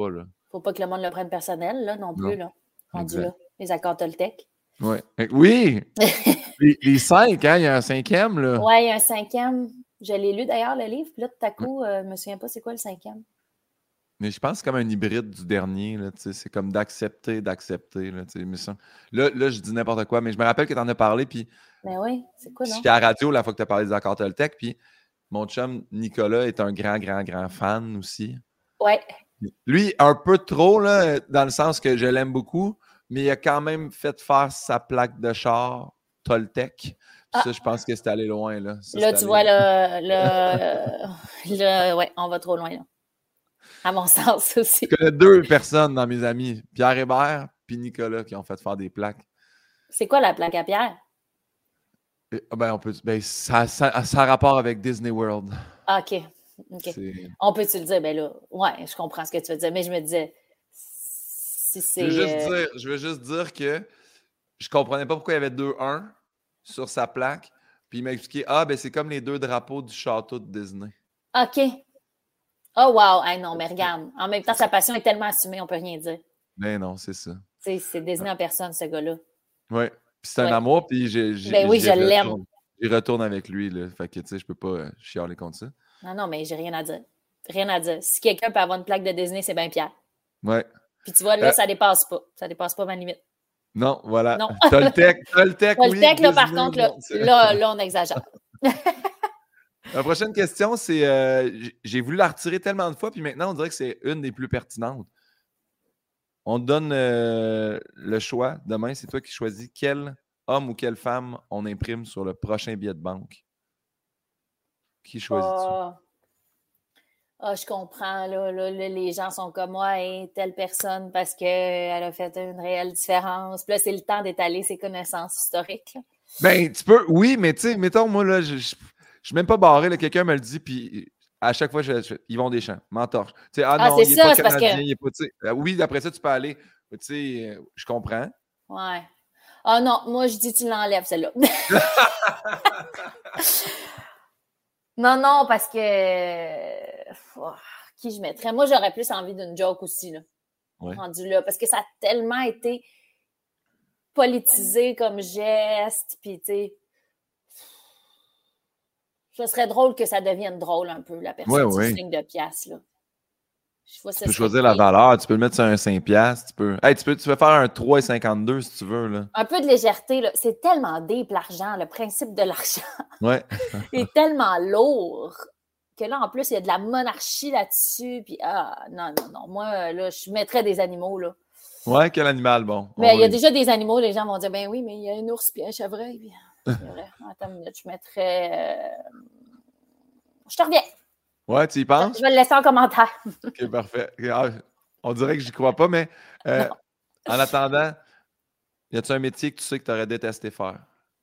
Faut pas que le monde le prenne personnel, là, non plus, non. là. Rendu là. Les accords Toltec.
Ouais. Oui! les, les cinq, hein? Il y a un cinquième, là.
Oui, il y a un cinquième. Je l'ai lu, d'ailleurs, le livre. Puis là, tout à coup, ouais. euh, je me souviens pas c'est quoi le cinquième.
Mais je pense que c'est comme un hybride du dernier, là, c'est comme d'accepter, d'accepter. Là, là, là, je dis n'importe quoi, mais je me rappelle que tu en as parlé, puis...
Mais oui, c'est quoi, non?
J'étais à la radio la fois que tu as parlé des accords Toltec, puis mon chum Nicolas est un grand, grand, grand fan aussi.
Ouais.
Lui, un peu trop, là, dans le sens que je l'aime beaucoup, mais il a quand même fait faire sa plaque de char Toltec. Ah. Ça, je pense que c'est allé loin. Là, ça,
là tu vois, le, le, le... Ouais, on va trop loin, là. À mon sens aussi.
Je connais deux personnes dans mes amis, Pierre Hébert puis Nicolas, qui ont fait faire des plaques.
C'est quoi la plaque à Pierre?
Ben, on peut, ben, ça, ça, ça a rapport avec Disney World.
Ah, OK. Okay. On peut-tu le dire? Ben là, ouais, je comprends ce que tu veux dire, mais je me disais, si c'est...
Je veux juste dire, je veux juste dire que je comprenais pas pourquoi il y avait deux un sur sa plaque, puis il m'a expliqué, ah, ben c'est comme les deux drapeaux du château de Disney.
OK. Oh, wow! Hey, non, mais regarde, en même temps, sa passion est tellement assumée, on peut rien dire.
Ben non, c'est ça.
C'est Disney en personne, ce gars-là.
Oui. Puis c'est un
ouais.
amour, puis j'ai.
Ben oui, je l'aime.
J'y retourne avec lui, là. Fait que, tu sais, je peux pas euh, chialer contre ça.
Non, non, mais j'ai rien à dire. Rien à dire. Si quelqu'un peut avoir une plaque de Disney, c'est bien Pierre.
Ouais.
Puis tu vois, là, euh... ça dépasse pas. Ça dépasse pas ma limite.
Non, voilà. Non. Toltec, Toltec, oui.
Toltec, là, par contre, là, là, là, on exagère.
La prochaine question, c'est... Euh, j'ai voulu la retirer tellement de fois, puis maintenant, on dirait que c'est une des plus pertinentes. On te donne euh, le choix. Demain, c'est toi qui choisis quel homme ou quelle femme on imprime sur le prochain billet de banque. Qui choisis-tu?
Oh. Ah, oh, je comprends, là, là, là, les gens sont comme moi et telle personne parce qu'elle a fait une réelle différence. Puis là, c'est le temps d'étaler ses connaissances historiques. Là.
Ben, tu peux, oui, mais tu sais, mettons, moi, là, je ne suis même pas barré, là, quelqu'un me le dit, puis à chaque fois, je, je, Yvon Deschamps, m'entorche. Tu sais, ah, ah non, il n'est pas canadien, que... il est pas, tu sais. Oui, après ça, tu peux aller. Tu sais, je comprends.
Ouais. Ah non, moi, je dis, tu l'enlèves, celle-là. Non, non, parce que... Oh, qui je mettrais? Moi, j'aurais plus envie d'une joke aussi, là. Ouais. Rendu là. Parce que ça a tellement été politisé comme geste, puis tu sais... Ce serait drôle que ça devienne drôle un peu, la personne ouais, ouais. signe de pièce, là.
Je vois, tu peux choisir la valeur, tu peux le mettre sur un cinq piastres, tu peux... Hey, tu peux, tu peux faire un trois cinquante-deux si tu veux, là.
Un peu de légèreté, là. C'est tellement deep, l'argent, le principe de l'argent.
Ouais.
est tellement lourd que là, en plus, il y a de la monarchie là-dessus, puis ah, non, non, non. Moi, là, je mettrais des animaux, là.
Ouais, quel animal, bon.
Mais il y a déjà des animaux, les gens vont dire, ben oui, mais il y a un ours puis un chevreuil, puis... C'est vrai. Attends une minute, je mettrais... Euh... Je te reviens.
Ouais, tu y penses?
Je vais le laisser en commentaire.
OK, parfait. On dirait que j'y crois pas, mais euh, en attendant, y a-t-il un métier que tu sais que tu aurais détesté faire?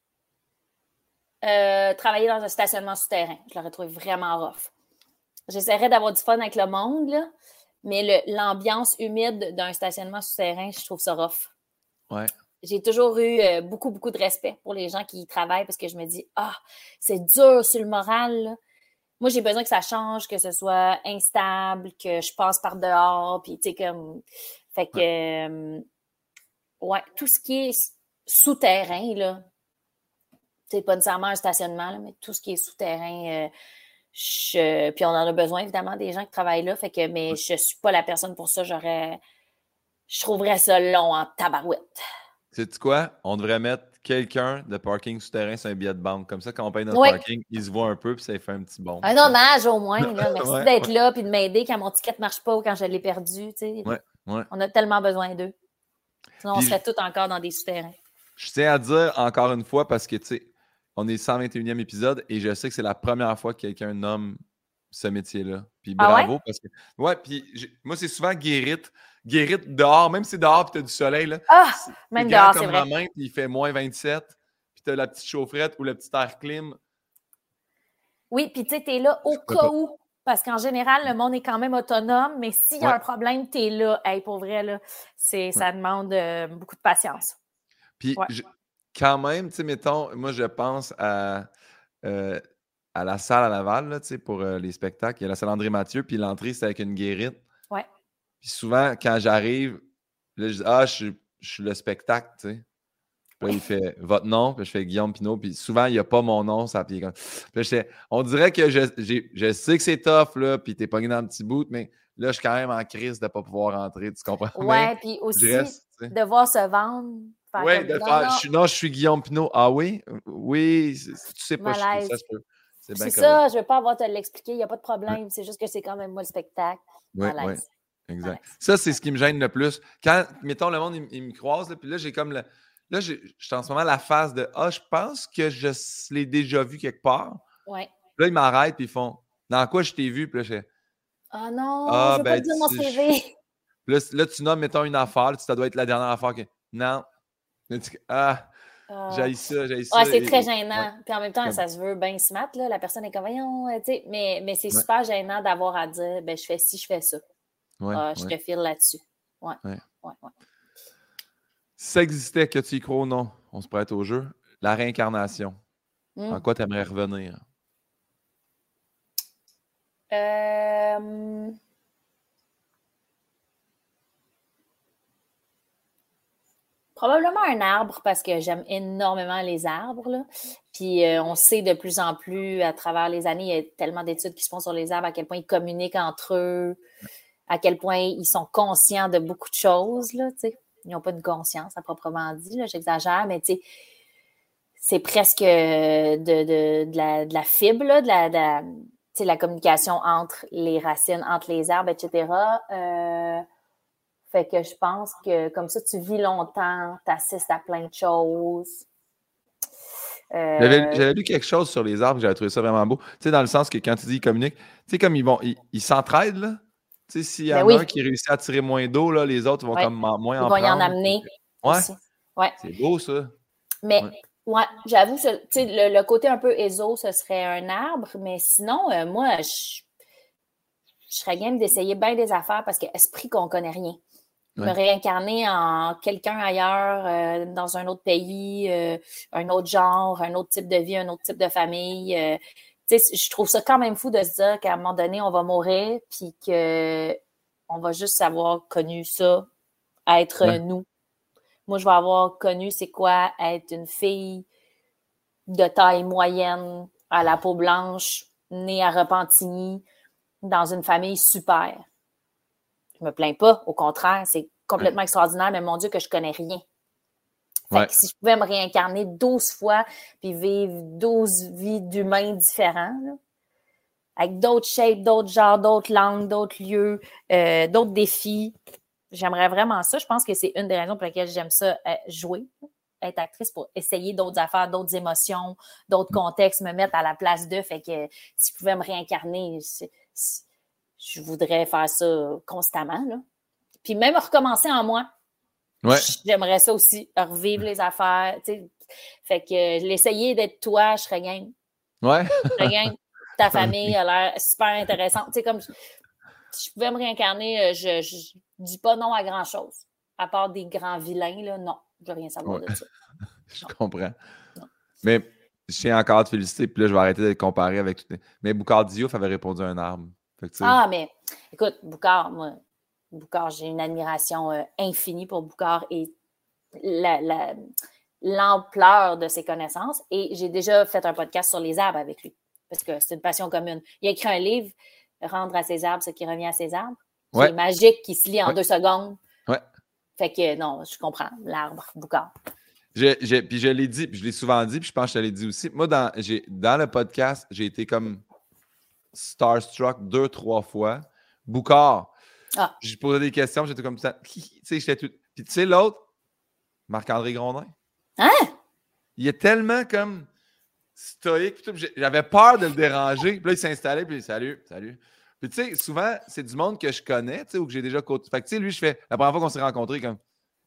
Euh, travailler dans un stationnement souterrain. Je l'aurais trouvé vraiment rough. J'essaierais d'avoir du fun avec le monde, là, mais le, l'ambiance humide d'un stationnement souterrain, je trouve ça rough.
Ouais.
J'ai toujours eu euh, beaucoup, beaucoup de respect pour les gens qui y travaillent parce que je me dis, ah, c'est dur sur le moral, là. Moi, j'ai besoin que ça change, que ce soit instable, que je passe par dehors, puis tu sais, comme... Fait que, ouais. Euh, ouais, tout ce qui est souterrain, là, c'est pas nécessairement un stationnement, là, mais tout ce qui est souterrain, euh, je... puis on en a besoin, évidemment, des gens qui travaillent là, fait que, mais ouais. je suis pas la personne pour ça, j'aurais... Je trouverais ça long en tabarouette.
Sais-tu quoi? On devrait mettre quelqu'un de parking souterrain sur un billet de banque. Comme ça, quand on paye notre
oui.
parking, il se voit un peu puis ça fait un petit bon.
Un hommage au moins. Là. Merci
ouais,
d'être
ouais.
là et de m'aider quand mon ticket ne marche pas ou quand je l'ai perdu. Tu sais.
Ouais, ouais.
On a tellement besoin d'eux. Sinon,
puis
on serait tous encore dans des souterrains.
Je tiens à dire encore une fois parce que, tu sais, on est cent vingt et unième épisode et je sais que c'est la première fois que quelqu'un nomme ce métier-là. Puis bravo. Ah ouais? Parce que, ouais, puis moi, c'est souvent guérite. Guérite dehors, même si c'est dehors et tu as du soleil. Là,
ah, même dehors,
c'est
vrai.
Ma main, puis il fait moins vingt-sept, puis tu as la petite chaufferette ou le petit air clim.
Oui, puis tu sais, tu es là au cas où. Parce qu'en général, le monde est quand même autonome, mais s'il y a ouais. un problème, tu es là. Hey, pour vrai, là, c'est, ça ouais. demande euh, beaucoup de patience.
Puis ouais. je, quand même, tu sais, mettons, moi, je pense à, euh, à la salle à Laval, là, tu sais, pour euh, les spectacles. Il y a la salle André Mathieu, puis l'entrée, c'est avec une guérite.
Ouais.
Puis souvent, quand j'arrive, là, je dis « Ah, je suis, je suis le spectacle, tu sais. » Puis là, il fait « Votre nom? » Puis je fais « Guillaume Pinault. » Puis souvent, il n'y a pas mon nom. Ça, puis comme... Puis là, je on dirait que je, j'ai, je sais que c'est tough, là, puis t'es pogné dans le petit bout, mais là, je suis quand même en crise de ne pas pouvoir rentrer, tu comprends?
Ouais, puis aussi, reste, devoir se vendre.
Oui, de faire, je suis, non, je suis Guillaume Pinault. Ah oui? Oui, tu sais pas, je suis, ça se peut.
C'est, c'est ça, je ne veux pas avoir à te l'expliquer, il n'y a pas de problème. Ouais. C'est juste que c'est quand même moi le spectacle.
Oui, oui, exact. Malaise. Ça, c'est ce qui me gêne le plus. Quand, mettons, le monde, il, il me croise, là, puis là, j'ai comme le... Là, j'ai, j'ai en ce moment la phase de « Ah, je pense que je l'ai déjà vu quelque part. »
Ouais.
Là, ils m'arrêtent, puis ils font « Dans quoi je t'ai vu? » Puis là, je fais
« Ah non, ah, je veux ben, pas te dire mon C V. »
Là, là, tu nommes, mettons, une affaire, là, ça doit être la dernière affaire que... Non. Ah, euh... j'haïs ça, j'haïs ça.
Ouais, c'est et... très gênant. Ouais. Puis en même temps, comme... ça se veut bien smart, là. La personne est comme, voyons, tu sais, mais, mais c'est ouais. super gênant d'avoir à dire, ben, je fais ci, je fais ça. Ouais, euh, je ouais. te file là-dessus. Ouais. Ouais. Ouais, ouais.
Si ça existait, que tu y crois ou non, on se prête au jeu. La réincarnation. Mm. En quoi tu aimerais revenir?
Euh... Probablement un arbre parce que j'aime énormément les arbres. Là. Puis euh, on sait de plus en plus à travers les années, il y a tellement d'études qui se font sur les arbres, à quel point ils communiquent entre eux, à quel point ils sont conscients de beaucoup de choses. Là, t'sais. Ils n'ont pas de conscience à proprement dit, là, j'exagère, mais c'est presque de, de, de, la, de la fibre, là, de la, de la, la communication entre les racines, entre les arbres, et cetera. Euh, Fait que je pense que comme ça, tu vis longtemps, tu assistes à plein de choses.
Euh... J'avais, j'avais lu quelque chose sur les arbres, j'avais trouvé ça vraiment beau. Tu sais, dans le sens que quand tu dis ils communiquent, tu sais, comme ils vont, ils, ils s'entraident, là. Tu sais, s'il y en a oui. un qui réussit à tirer moins d'eau, là, les autres vont ouais. comme moins
ils
en
vont
prendre.
Ils vont y en amener.
Ouais.
Aussi. Ouais.
C'est beau, ça.
Mais, ouais, ouais j'avoue, tu sais, le, le côté un peu éso, ce serait un arbre, mais sinon, euh, moi, je, je serais game d'essayer bien des affaires parce que esprit qu'on connaît rien. Ouais. Me réincarner en quelqu'un ailleurs, euh, dans un autre pays, euh, un autre genre, un autre type de vie, un autre type de famille. Euh, tu sais, je trouve ça quand même fou de se dire qu'à un moment donné, on va mourir, puis que on va juste avoir connu ça, être ouais. nous. Moi, je vais avoir connu c'est quoi être une fille de taille moyenne, à la peau blanche, née à Repentigny, dans une famille super. Je me plains pas, au contraire, c'est complètement ouais. extraordinaire, mais mon Dieu que je connais rien. Fait ouais. que si je pouvais me réincarner douze fois puis vivre douze vies d'humains différents, là, avec d'autres shapes, d'autres genres, d'autres langues, d'autres lieux, euh, d'autres défis, j'aimerais vraiment ça. Je pense que c'est une des raisons pour lesquelles j'aime ça, euh, jouer, être actrice, pour essayer d'autres affaires, d'autres émotions, d'autres contextes, me mettre à la place d'eux. Fait que si je pouvais me réincarner, c'est, c'est, je voudrais faire ça constamment, là. Puis même recommencer en moi.
Ouais.
J'aimerais ça aussi, revivre les affaires, tu sais. Fait que l'essayer d'être toi, je serais game.
Ouais.
Je serais game. Ta famille a l'air super intéressante. Tu sais, comme, si je pouvais me réincarner, je, je, je dis pas non à grand-chose. À part des grands vilains, là, non. Je veux rien savoir ouais. de ça.
Je non. comprends. Non. Mais je tiens encore à te féliciter, puis là, je vais arrêter d'être comparé avec tout. Mais Boucard Diouf avait répondu à un arbre. Fait que,
ah, mais écoute, Boucard, moi, Boucard, j'ai une admiration euh, infinie pour Boucard et la, la, l'ampleur de ses connaissances. Et j'ai déjà fait un podcast sur les arbres avec lui, parce que c'est une passion commune. Il a écrit un livre, Rendre à ses arbres ce qui revient à ses arbres, qui ouais. est magique, qui se lit en ouais. deux secondes.
Ouais.
Fait que non, je comprends. L'arbre, Boucard.
Je, je, puis je l'ai dit, puis je l'ai souvent dit, puis je pense que je te l'ai dit aussi. Moi, dans, j'ai, dans le podcast, j'ai été comme starstruck deux, trois fois. Boucard.
Ah.
J'ai posé des questions, j'étais comme ça. Tu sais, j'étais tout. Puis tu sais, l'autre, Marc-André Grondin.
Hein?
Il est tellement comme stoïque. Puis tout, j'avais peur de le déranger. Puis là, il s'installait, puis salut, salut. Puis tu sais, souvent, c'est du monde que je connais, tu sais, ou que j'ai déjà côtoyé. Fait que tu sais, lui, je fais, la première fois qu'on s'est rencontrés, comme,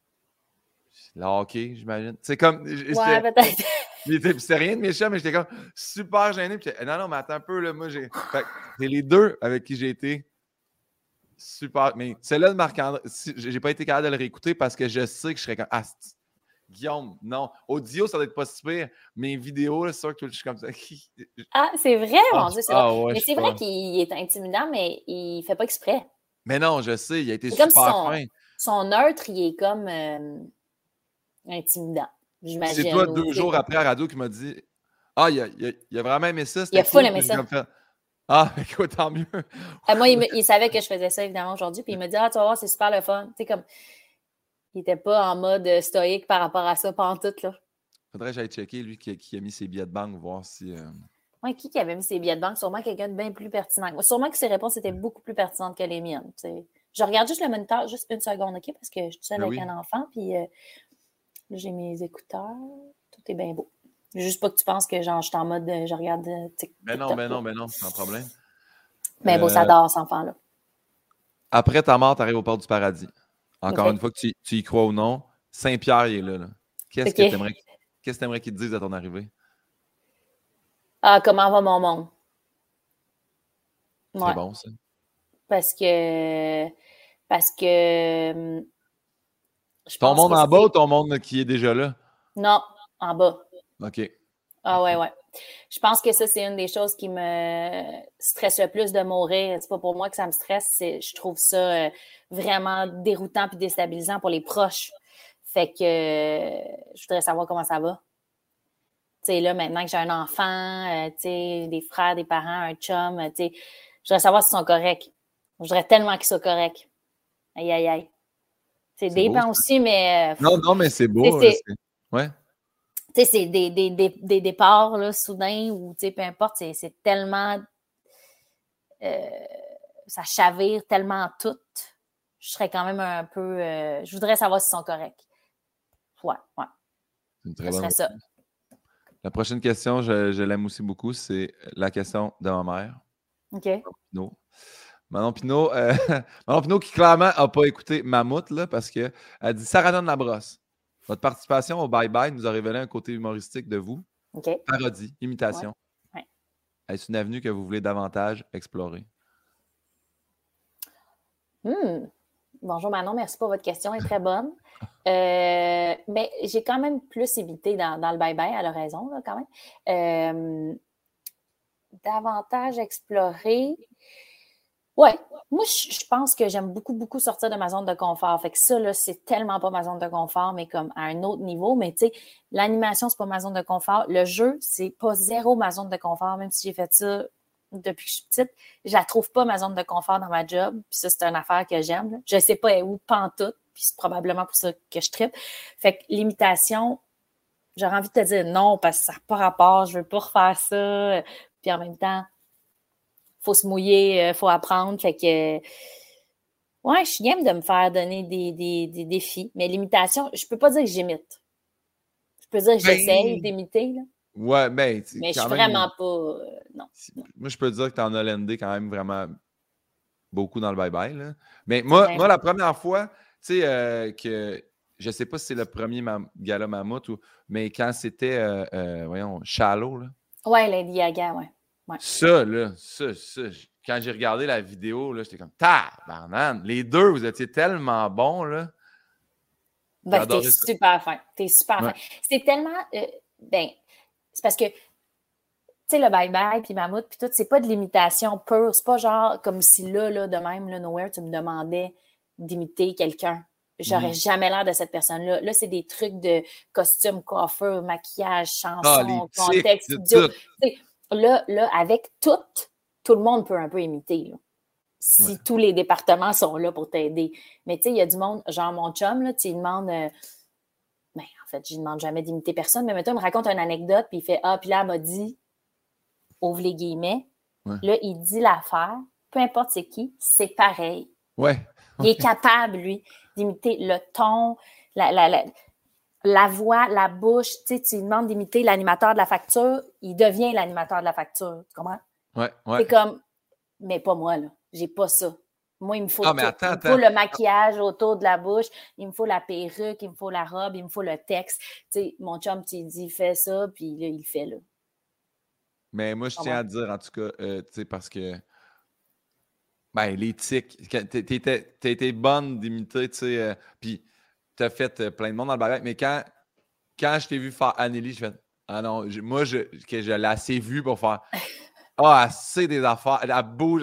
le hockey, j'imagine. C'est comme,
ouais, peut-être.
C'était rien de méchant, mais j'étais comme super gêné. Puis non, non, mais attends un peu, là, moi, j'ai. Fait que c'est les deux avec qui j'ai été super. Mais celle-là de Marc-André, j'ai pas été capable de le réécouter parce que je sais que je serais comme, ah, Guillaume, non. Audio, ça doit être pas si pire. Mais vidéo, là, c'est sûr que je suis comme ça.
Ah, c'est vrai, mon Dieu. C'est
ah,
vrai.
ouais,
mais c'est
pas...
vrai qu'il est intimidant, mais il fait pas exprès.
Mais non, je sais, il a été
c'est
super
comme si son,
fin.
Son neutre, il est comme euh, intimidant, j'imagine.
C'est toi, deux jours après à la radio, qui m'a dit « Ah, il a, il, a, il a vraiment aimé ça, c'était
il a full
cool. »
aimé
Puis j'ai
ça.
comme fait « Ah, écoute, tant mieux. »
euh, Moi, il, me, il savait que je faisais ça, évidemment, aujourd'hui. Puis il me dit « Ah, tu vas voir, c'est super le fun. » Tu sais, comme, il n'était pas en mode stoïque par rapport à ça, pantoute, là.
Faudrait que j'aille checker, lui, qui, qui a mis ses billets de banque, voir si... Euh...
Ouais, qui, qui avait mis ses billets de banque? Sûrement quelqu'un de bien plus pertinent. Moi, sûrement que ses réponses étaient beaucoup plus pertinentes que les miennes. T'sais. Je regarde juste le moniteur, juste une seconde, OK? Parce que je suis seule
Ben
avec
oui.
un enfant, puis euh, là, j'ai mes écouteurs. Tout est bien beau. Juste pas que tu penses que genre, je suis en mode, je regarde euh, TikTok.
Ben non, ben non, ben non, sans problème.
Mais
euh...
bon, ça dort, cet enfant-là.
Après ta mort, tu arrives au port du paradis. Encore
okay.
une fois, que tu, tu y crois ou non, Saint-Pierre, il est là. là. Qu'est-ce okay. que tu aimerais, qu'est-ce que tu aimerais qu'il te dise à ton arrivée?
Ah, comment va mon monde?
C'est ouais. bon, ça.
Parce que. Parce que.
Je ton monde en bas ou ton monde qui est déjà là?
Non, en bas.
OK.
Ah, ouais, ouais. Je pense que ça, c'est une des choses qui me stresse le plus de mourir. C'est pas pour moi que ça me stresse. C'est, je trouve ça euh, vraiment déroutant puis déstabilisant pour les proches. Fait que euh, je voudrais savoir comment ça va. Tu sais, là, maintenant que j'ai un enfant, euh, tu sais, des frères, des parents, un chum, tu sais, je voudrais savoir s'ils sont corrects. Je voudrais tellement qu'ils soient corrects. Aïe, aïe, aïe. C'est dépend aussi, mais...
Euh, non, non, mais c'est beau. C'est... C'est... Ouais.
Tu sais, c'est des, des, des, des départs là, soudains ou, tu sais, peu importe, c'est, c'est tellement... Euh, ça chavire tellement tout. Je serais quand même un peu... Euh, je voudrais savoir s'ils sont corrects. Ouais, ouais.
C'est une très
ça
bonne
serait
réponse.
ça.
La prochaine question, je, je l'aime aussi beaucoup, c'est la question de ma mère.
OK.
Manon Manon Pinault, euh, Manon Pinault qui clairement n'a pas écouté Mammouth, là, parce qu'elle dit « Sarah donne la brosse. Votre participation au Bye Bye nous a révélé un côté humoristique de vous.
Okay.
Parodie, imitation.
Ouais. Ouais.
Est-ce une avenue que vous voulez davantage explorer? »
Hmm. Bonjour Manon, merci pour votre question, elle est très bonne. Euh, mais j'ai quand même plus imité dans, dans le bye-bye, elle a raison, là, quand même. Euh, davantage explorer. Ouais, moi, je, je pense que j'aime beaucoup, beaucoup sortir de ma zone de confort. Fait que ça, là, c'est tellement pas ma zone de confort, mais comme à un autre niveau. Mais tu sais, l'animation, c'est pas ma zone de confort. Le jeu, c'est pas zéro ma zone de confort, même si j'ai fait ça depuis que je suis petite. Je la trouve pas ma zone de confort dans ma job. Puis ça, c'est une affaire que j'aime. Là. Je sais pas où, pantoute. Puis c'est probablement pour ça que je trippe. Fait que l'imitation, j'aurais envie de te dire non, parce que ça n'a pas rapport. Je veux pas refaire ça. Puis en même temps, faut se mouiller, faut apprendre. Fait que, ouais, je suis game de me faire donner des, des, des défis. Mais l'imitation, je peux pas dire que j'imite. Je peux dire que ben, j'essaye d'imiter, là.
Ouais, ben,
mais je suis même... vraiment pas... Euh, non, non.
Moi, je peux dire que tu en as landé quand même vraiment beaucoup dans le bye-bye, là. Mais moi, moi la première fois, tu sais, euh, que je sais pas si c'est le premier mam- gala Mammouth, ou, mais quand c'était, euh, euh, voyons, Shallow, là.
Ouais, Lady Gaga, ouais. Ouais.
Ça, là, ça, ça, quand j'ai regardé la vidéo, là, j'étais comme, tabarnane, les deux, vous étiez tellement bons, là.
Ben, t'es ça. super fin. T'es super ouais. fin. C'est tellement, euh, ben, c'est parce que, tu sais, le bye-bye, puis Mammouth, puis tout, c'est pas de l'imitation pure. C'est pas genre comme si là, là, de même, là, Nowhere, tu me demandais d'imiter quelqu'un. J'aurais mmh. jamais l'air de cette personne-là. Là, c'est des trucs de costume, coiffeur, maquillage, chanson, ah, contexte, vidéo. Là, là, avec tout, tout le monde peut un peu imiter, là. Si ouais. tous les départements sont là pour t'aider. Mais tu sais, il y a du monde, genre mon chum, là, tu lui demandes... Euh, ben, en fait, je lui demande jamais d'imiter personne, mais mettons, il me raconte une anecdote, puis il fait « Ah, puis là, elle m'a dit... » ouvre les guillemets. Ouais. Là, il dit l'affaire, peu importe c'est qui, c'est pareil.
Ouais.
Il est capable, lui, d'imiter le ton, la, la, la, la voix, la bouche. Tu sais, tu lui demandes d'imiter l'animateur de la facture, il devient l'animateur de la facture. Tu comprends?
Ouais, ouais.
C'est comme, mais pas moi, là. J'ai pas ça. Moi, il me faut,
ah, mais
tout.
Attends,
il me faut
attends.
le maquillage autour de la bouche, il me faut la perruque, il me faut la robe, il me faut le texte. Tu sais, mon chum, tu dis, fais ça, puis là, il le fait, là.
Mais moi, je tiens ah, à dire, en tout cas, euh, tu sais, parce que, ben, les tics, t'as été bonne d'imiter, tu sais, euh, puis t'as fait euh, plein de monde dans le bagage, mais quand, quand je t'ai vu faire Anneli, je fais, ah non, je, moi, je, que je l'ai assez vu pour faire, ah, assez des affaires, elle bouge,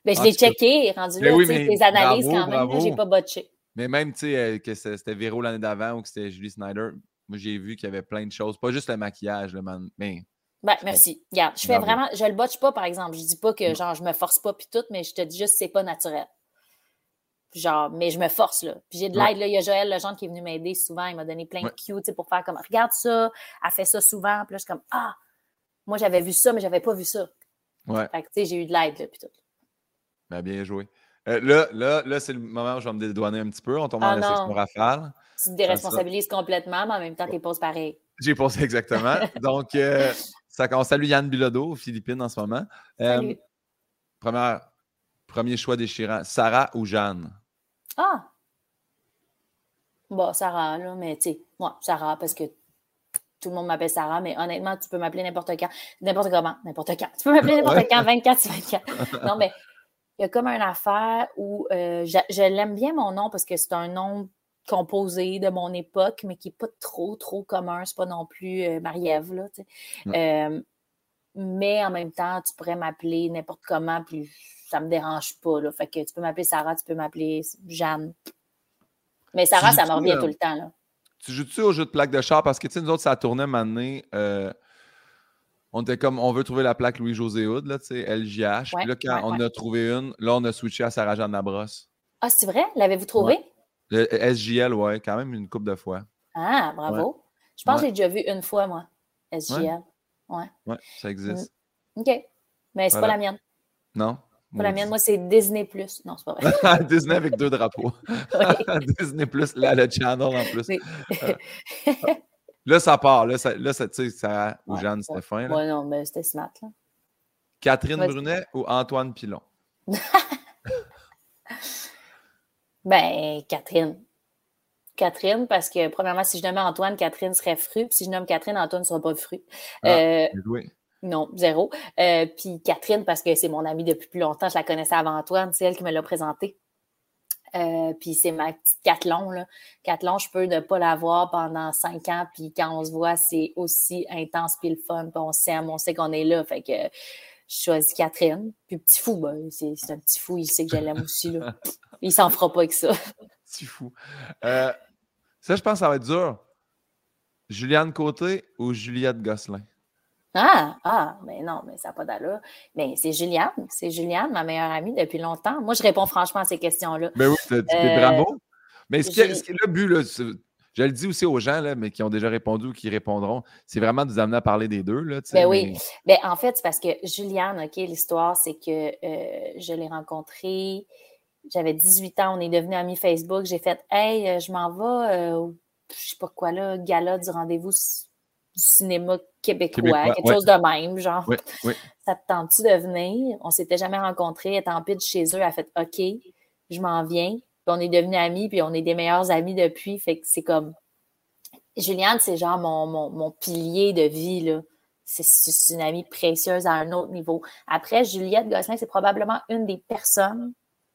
Ben, je l'ai checké, rendu là,
oui,
tu sais, tes analyses
bravo,
quand même,
bravo.
là, j'ai pas botché.
Mais même, tu sais, que c'était Véro l'année d'avant ou que c'était Julie Snyder, moi, j'ai vu qu'il y avait plein de choses. Pas juste le maquillage, là, man, mais...
Ben, merci. Regarde, je fais
bravo.
vraiment... Je le botche pas, par exemple. Je dis pas que, genre, je me force pas puis tout, mais je te dis juste c'est pas naturel. Genre, mais je me force, là. Puis j'ai de l'aide, ouais. Là. Il y a Joël Legendre qui est venu m'aider souvent. Il m'a donné plein ouais. de cues, tu sais, pour faire comme, regarde ça, elle fait ça souvent. Puis là, je suis comme, ah, moi, j'avais vu ça, mais j'avais pas vu ça.
Ouais.
Fait que, tu sais, j'ai eu de l'aide, là, puis tout.
Ben, bien joué. Euh, là, là, là c'est le moment où je vais me dédouaner un petit peu. On tombe dans ah, la section rafale.
Tu te déresponsabilises sera... complètement, mais en même temps, tu poses pareil.
J'ai posé exactement. Donc, euh, ça, on salue Yann Bilodeau aux Philippines en ce moment.
Salut.
Euh, première, premier choix déchirant. Sarah ou Jeanne?
Ah! Bon, Sarah, là, mais tu sais, moi, Sarah, parce que tout le monde m'appelle Sarah, mais honnêtement, tu peux m'appeler n'importe quand, n'importe comment, n'importe quand. Tu peux m'appeler n'importe ouais. quand, vingt-quatre sur vingt-quatre. Non, mais il y a comme une affaire où euh, je, je l'aime bien mon nom parce que c'est un nom composé de mon époque, mais qui n'est pas trop, trop commun. C'est pas non plus euh, Marie-Ève, là, tu sais. Ouais. Euh, mais en même temps, tu pourrais m'appeler n'importe comment, puis ça me dérange pas, là. Fait que tu peux m'appeler Sarah, tu peux m'appeler Jeanne. Mais Sarah, ça me revient euh, tout le temps, là.
Tu joues-tu au jeu de plaque de char? Parce que, tu sais, nous autres, ça tournait maintenant. Euh, on était comme, on veut trouver la plaque Louis-José Hood, là, tu sais, L J H.
Ouais,
puis là, quand
ouais,
on
ouais.
a trouvé une, là, on a switché à Sarah-Jeanne Labrosse.
Ah, c'est vrai? L'avez-vous trouvé?
Ouais. Le S J L, ouais, quand même une couple de fois.
Ah, bravo. Ouais. Je pense ouais. que j'ai déjà vu une fois, moi, S J L. Ouais.
Ouais, ouais ça existe.
Mm. OK. Mais c'est voilà. pas la mienne.
Non?
Pas la mienne, moi, c'est Disney plus. Non, c'est pas vrai.
Disney avec deux drapeaux. Disney plus, là, le channel en plus. Oui. Là, ça part. Là, ça, là ça, tu sais, Sarah ou ouais, Jeanne, c'était
ouais.
fin. Là.
Ouais, non, mais c'était smart. Là.
Catherine
ouais,
Brunet ou Antoine Pilon?
Ben, Catherine. Catherine, parce que, premièrement, si je nommais Antoine, Catherine serait fru. Puis si je nomme Catherine, Antoine ne sera pas fru.
Ah, euh, oui.
Non, zéro. Euh, puis Catherine, parce que c'est mon amie depuis plus longtemps, je la connaissais avant Antoine, c'est elle qui me l'a présentée. Euh, puis c'est ma petite Cathlon, là. Cathlon, je peux ne pas la voir pendant cinq ans, puis quand on se voit, c'est aussi intense puis le fun, puis on s'aime, on sait qu'on est là, fait que je choisis Catherine. Puis petit fou, ben, c'est, c'est un petit fou, il sait que je l'aime aussi, là. Il s'en fera pas avec ça.
Petit fou. Euh, ça, je pense que ça va être dur. Juliane Côté ou Juliette Gosselin?
Ah, ah, mais non, mais ça n'a pas d'allure. Mais c'est Juliane, c'est Juliane, ma meilleure amie depuis longtemps. Moi, je réponds franchement à ces questions-là.
Mais oui, tu dis euh, bravo. Mais ce qui est, ce qui est le but, là, je le dis aussi aux gens, là, mais qui ont déjà répondu ou qui répondront, c'est vraiment de vous amener à parler des deux. Là,
ben
mais...
oui. Ben, en fait, c'est parce que Juliane, OK, l'histoire, c'est que euh, je l'ai rencontrée, j'avais dix-huit ans, on est devenus amis Facebook. J'ai fait, hey, je m'en vais, euh, je sais pas quoi là, gala du rendez-vous du cinéma québécois, québécois quelque ouais. chose de même, genre.
Oui, oui.
Ça te tente-tu de venir? On s'était jamais rencontrés, elle était en pitch chez eux, elle a fait OK, je m'en viens. Puis on est devenus amis, puis on est des meilleurs amis depuis. Fait que c'est comme. Juliane, c'est genre mon, mon, mon pilier de vie, là. C'est, c'est une amie précieuse à un autre niveau. Après, Juliette Gosselin, c'est probablement une des personnes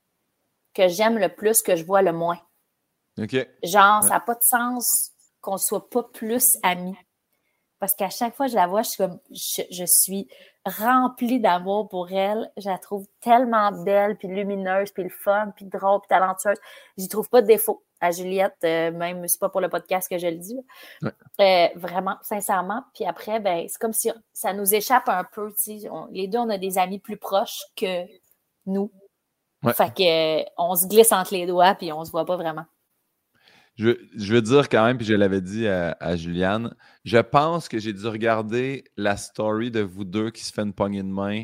que j'aime le plus, que je vois le moins.
OK.
Genre,
ouais.
ça n'a pas de sens qu'on ne soit pas plus amis. Parce qu'à chaque fois que je la vois, je suis comme, je, je suis remplie d'amour pour elle. Je la trouve tellement belle, puis lumineuse, puis le fun, puis drôle, puis talentueuse. J'y trouve pas de défaut à Juliette, euh, même c'est pas pour le podcast que je le dis. Ouais. Euh, vraiment, sincèrement. Puis après, ben, c'est comme si ça nous échappe un peu. Tu sais, on, les deux, on a des amis plus proches que nous. Ouais. Fait que euh, on se glisse entre les doigts, puis on se voit pas vraiment.
Je, je veux dire quand même, puis je l'avais dit à, à Juliane, je pense que j'ai dû regarder la story de vous deux qui se fait une poignée de main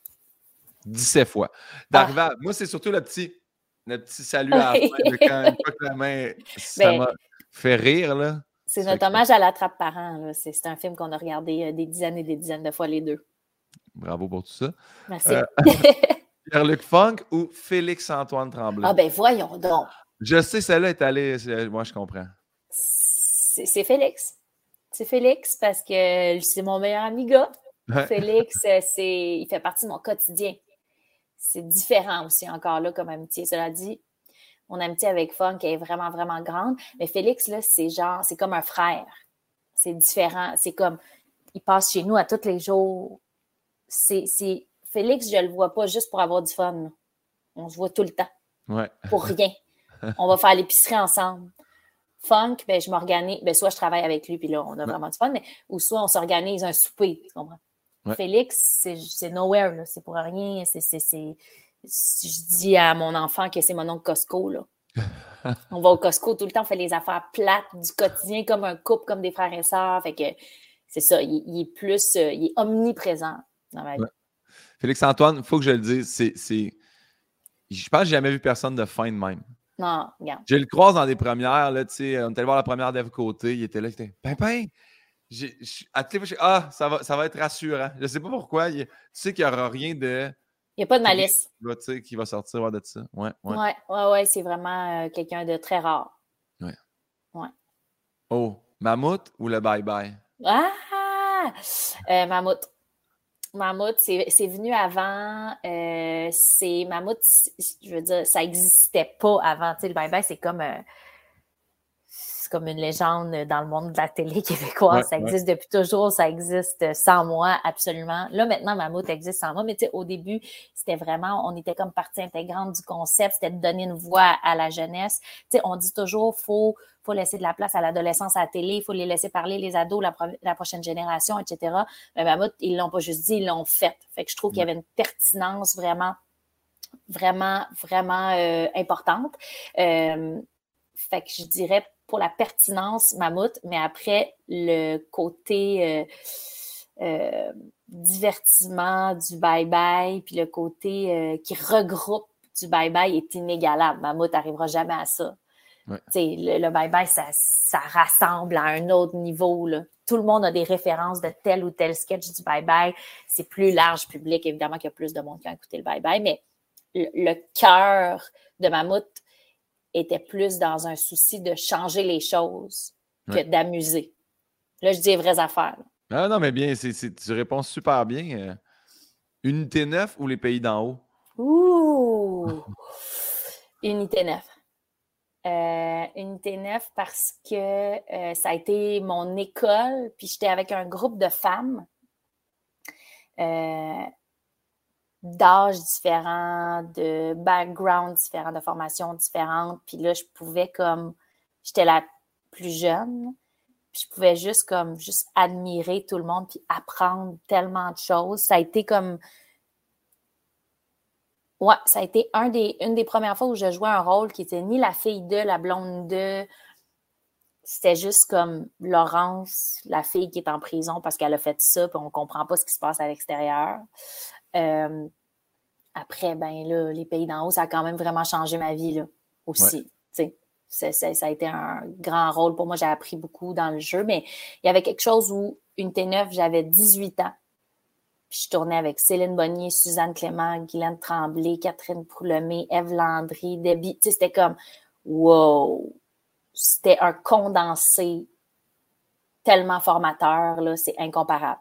dix-sept fois. D'arriver ah. à, moi, c'est surtout le petit, le petit salut à la fin, de quand une fois que la main, ça ben, m'a fait rire. Là.
C'est ça notre hommage que... à l'attrape-parent. C'est, c'est un film qu'on a regardé des dizaines et des dizaines de fois les deux.
Bravo pour tout ça.
Merci. Euh,
Pierre-Luc Funk ou Félix-Antoine Tremblay?
Ah ben voyons donc.
Je sais, celle-là est allée. Moi, je comprends.
C'est, c'est Félix. C'est Félix parce que c'est mon meilleur ami gars. Ouais. Félix, c'est, il fait partie de mon quotidien. C'est différent aussi, encore là, comme amitié. Cela dit, mon amitié avec Funk est vraiment, vraiment grande. Mais Félix, là, c'est genre, c'est comme un frère. C'est différent. C'est comme, il passe chez nous à tous les jours. C'est, c'est, Félix, je le vois pas juste pour avoir du fun. On se voit tout le temps.
Ouais.
Pour rien. On va faire l'épicerie ensemble. Funk, ben, je m'organise. Ben, soit je travaille avec lui, puis là, on a ouais. vraiment du fun, mais ou soit on s'organise un souper. Tu comprends? Ouais. Félix, c'est, c'est nowhere, là. C'est pour rien. C'est, c'est, c'est... Si je dis à mon enfant que c'est mon oncle Costco, là. On va au Costco tout le temps, on fait les affaires plates du quotidien comme un couple, comme des frères et sœurs. Fait que c'est ça, il, il est plus, euh, il est omniprésent dans ma vie.
Ouais. Félix-Antoine, il faut que je le dise, c'est, c'est... je pense que j'ai jamais vu personne de fin de même.
Non, regarde.
Je le croise dans des premières, là, tu sais, on était allé voir la première d'Ève Côté, il était là, il était « Pimpin! » J'ai, à toutes les fois, je dis « Ah, ça va, ça va être rassurant. » Je sais pas pourquoi, il, tu sais qu'il n'y aura rien de...
Il n'y a pas de malice.
Là, tu sais, qui va sortir ouais, de ça. Ouais, ouais.
Ouais, ouais, ouais, c'est vraiment euh, quelqu'un de très rare.
Ouais.
Ouais.
Oh, Mammouth ou le bye-bye?
Ah! Euh, Mammouth. Mammouth, c'est, c'est venu avant. Euh, c'est Mammouth, je veux dire, ça n'existait pas avant. Tu sais, le bye-bye, c'est comme... Euh, c'est comme une légende dans le monde de la télé québécoise. Ouais, ça existe ouais. depuis toujours, ça existe sans moi, absolument. Là, maintenant, Mammouth existe sans moi, mais tu sais, au début, c'était vraiment, on était comme partie intégrante du concept, c'était de donner une voix à la jeunesse. Tu sais, on dit toujours, faut, faut laisser de la place à l'adolescence à la télé, il faut les laisser parler, les ados, la, pro- la prochaine génération, et cetera. Mais Mammouth, ils l'ont pas juste dit, ils l'ont fait. Fait que je trouve ouais. qu'il y avait une pertinence vraiment, vraiment, vraiment euh, importante. Euh, fait que je dirais pour la pertinence, Mammouth, mais après, le côté euh, euh, divertissement du bye-bye, puis le côté euh, qui regroupe du bye-bye est inégalable. Mammouth n'arrivera jamais à ça. Ouais. Le, le bye-bye, ça, ça rassemble à un autre niveau, là. Tout le monde a des références de tel ou tel sketch du bye-bye. C'est plus large public, évidemment qu'il y a plus de monde qui a écouté le bye-bye, mais le, le cœur de Mammouth était plus dans un souci de changer les choses que ouais. d'amuser. Là, je dis les vraies affaires. Là.
Ah non, mais bien, c'est, c'est, tu réponds super bien. Euh, Unité neuf ou les pays d'en haut?
Ouh! Unité neuf. Euh, Unité neuf parce que euh, ça a été mon école, puis j'étais avec un groupe de femmes euh, d'âges différents, de backgrounds différents, de formations différentes. Puis là, je pouvais comme... J'étais la plus jeune. Puis je pouvais juste comme juste admirer tout le monde puis apprendre tellement de choses. Ça a été comme... Ouais, ça a été un des, une des premières fois où je jouais un rôle qui était ni la fille de, la blonde de... C'était juste comme Laurence, la fille qui est en prison parce qu'elle a fait ça puis on comprend pas ce qui se passe à l'extérieur. Euh, après, ben là, les pays d'en haut, ça a quand même vraiment changé ma vie, là, aussi. Ouais. Tu sais, ça a été un grand rôle pour moi. J'ai appris beaucoup dans le jeu, mais il y avait quelque chose où, Unité neuf, j'avais dix-huit ans. Puis je tournais avec Céline Bonnier, Suzanne Clément, Guylaine Tremblay, Catherine Poulemé, Ève Landry, Debbie. Tu sais, c'était comme, wow! C'était un condensé tellement formateur, là, c'est incomparable.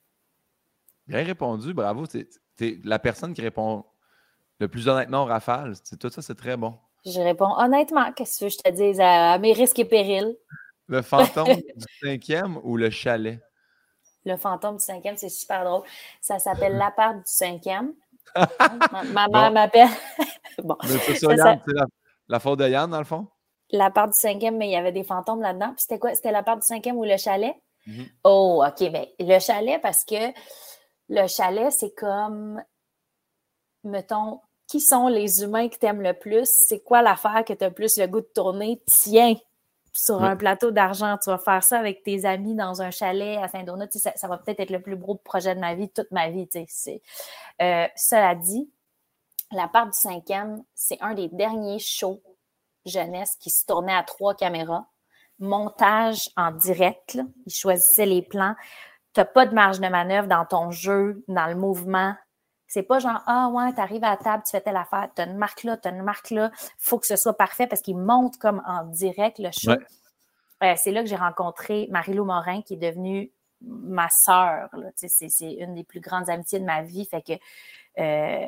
Bien répondu, bravo. T'es, t'es la personne qui répond le plus honnêtement aux rafales. Tout ça, c'est très bon.
Je réponds honnêtement, qu'est-ce que je te dis, à, à mes risques et périls.
Le fantôme du cinquième ou le chalet?
Le fantôme du cinquième, c'est super drôle. Ça s'appelle l'appart du cinquième. ma, ma
bon.
mère m'appelle. bon.
Mais c'est ça, ça, Yann, ça... c'est la, la faute de Yann, dans le fond?
L'appart du cinquième, mais il y avait des fantômes là-dedans. Puis c'était quoi? C'était l'appart du cinquième ou le chalet?
Mm-hmm.
Oh, OK. Ben, le chalet, parce que le chalet, c'est comme, mettons, qui sont les humains que tu aimes le plus? C'est quoi l'affaire que tu as plus le goût de tourner? Tiens, sur oui. un plateau d'argent, tu vas faire ça avec tes amis dans un chalet à Saint-Donat. Tu sais, ça, ça va peut-être être le plus gros projet de ma vie, toute ma vie. Tu sais, c'est... Euh, cela dit, l'appart du cinquième, c'est un des derniers shows jeunesse qui se tournait à trois caméras. Montage en direct, là. Ils choisissaient les plans. Tu n'as pas de marge de manœuvre dans ton jeu, dans le mouvement. C'est pas genre, ah ouais, tu arrives à la table, tu fais telle affaire, tu as une marque là, tu as une marque là. Il faut que ce soit parfait parce qu'ils montent comme en direct le show. Ouais. Euh, c'est là que j'ai rencontré Marie-Lou Morin, qui est devenue ma sœur. Là. Tu sais, c'est, c'est une des plus grandes amitiés de ma vie. Fait que, euh...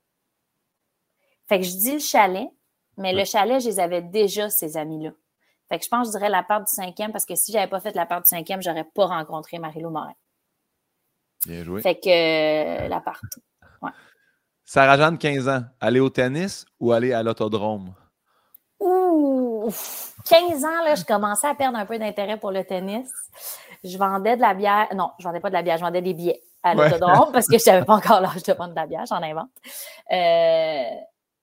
fait que je dis le chalet, mais ouais. le chalet, je les avais déjà, ces amis-là. Fait que je pense que je dirais l'appart du cinquième, parce que si j'avais pas fait l'appart du cinquième, j'aurais pas rencontré Marie-Lou Morin.
Bien joué.
Fait que euh, l'appart. Ouais.
Sarah-Jeanne, quinze ans, aller au tennis ou aller à l'autodrome?
Ouh! quinze ans, là, je commençais à perdre un peu d'intérêt pour le tennis. Je vendais de la bière. Non, je vendais pas de la bière, je vendais des billets à
Ouais.
l'autodrome parce que je n'avais pas encore l'âge de vendre de la bière, j'en invente. Euh...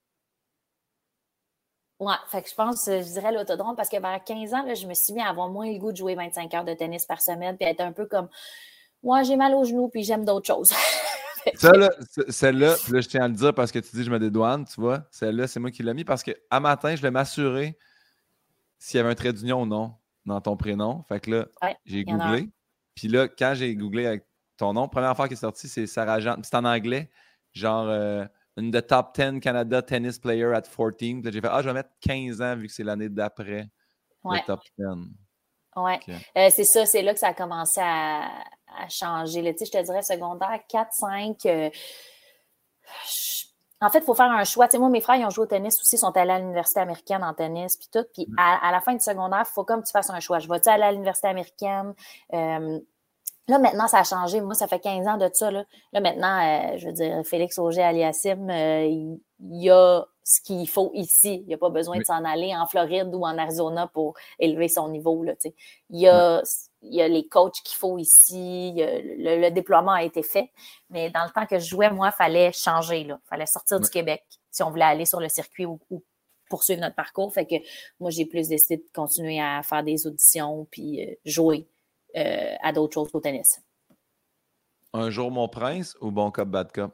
Ouais, fait que je pense, je dirais l'autodrome parce que vers quinze ans, là, je me suis mis à avoir moins le goût de jouer vingt-cinq heures de tennis par semaine puis être un peu comme, moi, j'ai mal aux genoux puis j'aime d'autres choses.
Ça, là, celle-là, puis là, je tiens à le dire parce que tu dis je me dédouane, tu vois. Celle-là, c'est moi qui l'ai mis parce qu'à matin, je voulais m'assurer s'il y avait un trait d'union ou non dans ton prénom. Fait que là,
ouais,
j'ai googlé. Puis là, quand j'ai googlé avec ton nom, première fois qui est sortie, c'est Sarah-Jeanne. C'est en anglais, genre euh, une de top dix Canada tennis player at quatorze. Puis là, j'ai fait, ah, je vais mettre quinze ans vu que c'est l'année d'après
ouais.
le top dix.
Oui, okay. euh, c'est ça, c'est là que ça a commencé à, à changer. Là, je te dirais secondaire quatre, cinq. Euh, je... En fait, il faut faire un choix. T'sais, moi, mes frères, ils ont joué au tennis aussi, ils sont allés à l'université américaine en tennis, puis tout. Puis à, à la fin du secondaire, il faut comme tu fasses un choix. Je vais-tu aller à l'université américaine? Euh, Là, maintenant, ça a changé. Moi, ça fait quinze ans de ça. Là, là maintenant, euh, je veux dire, Félix Auger-Aliassime, euh, il, il y a ce qu'il faut ici. Il n'y a pas besoin oui. de s'en aller en Floride ou en Arizona pour élever son niveau. Là, il, y a, oui. il y a les coachs qu'il faut ici. Il y a, le, le déploiement a été fait. Mais dans le temps que je jouais, moi, il fallait changer. Il fallait sortir oui. du Québec si on voulait aller sur le circuit ou, ou poursuivre notre parcours. Fait que moi, j'ai plus décidé de continuer à faire des auditions puis euh, jouer. Euh, à d'autres choses qu'au tennis.
Un jour mon prince ou bon cop, bad cop?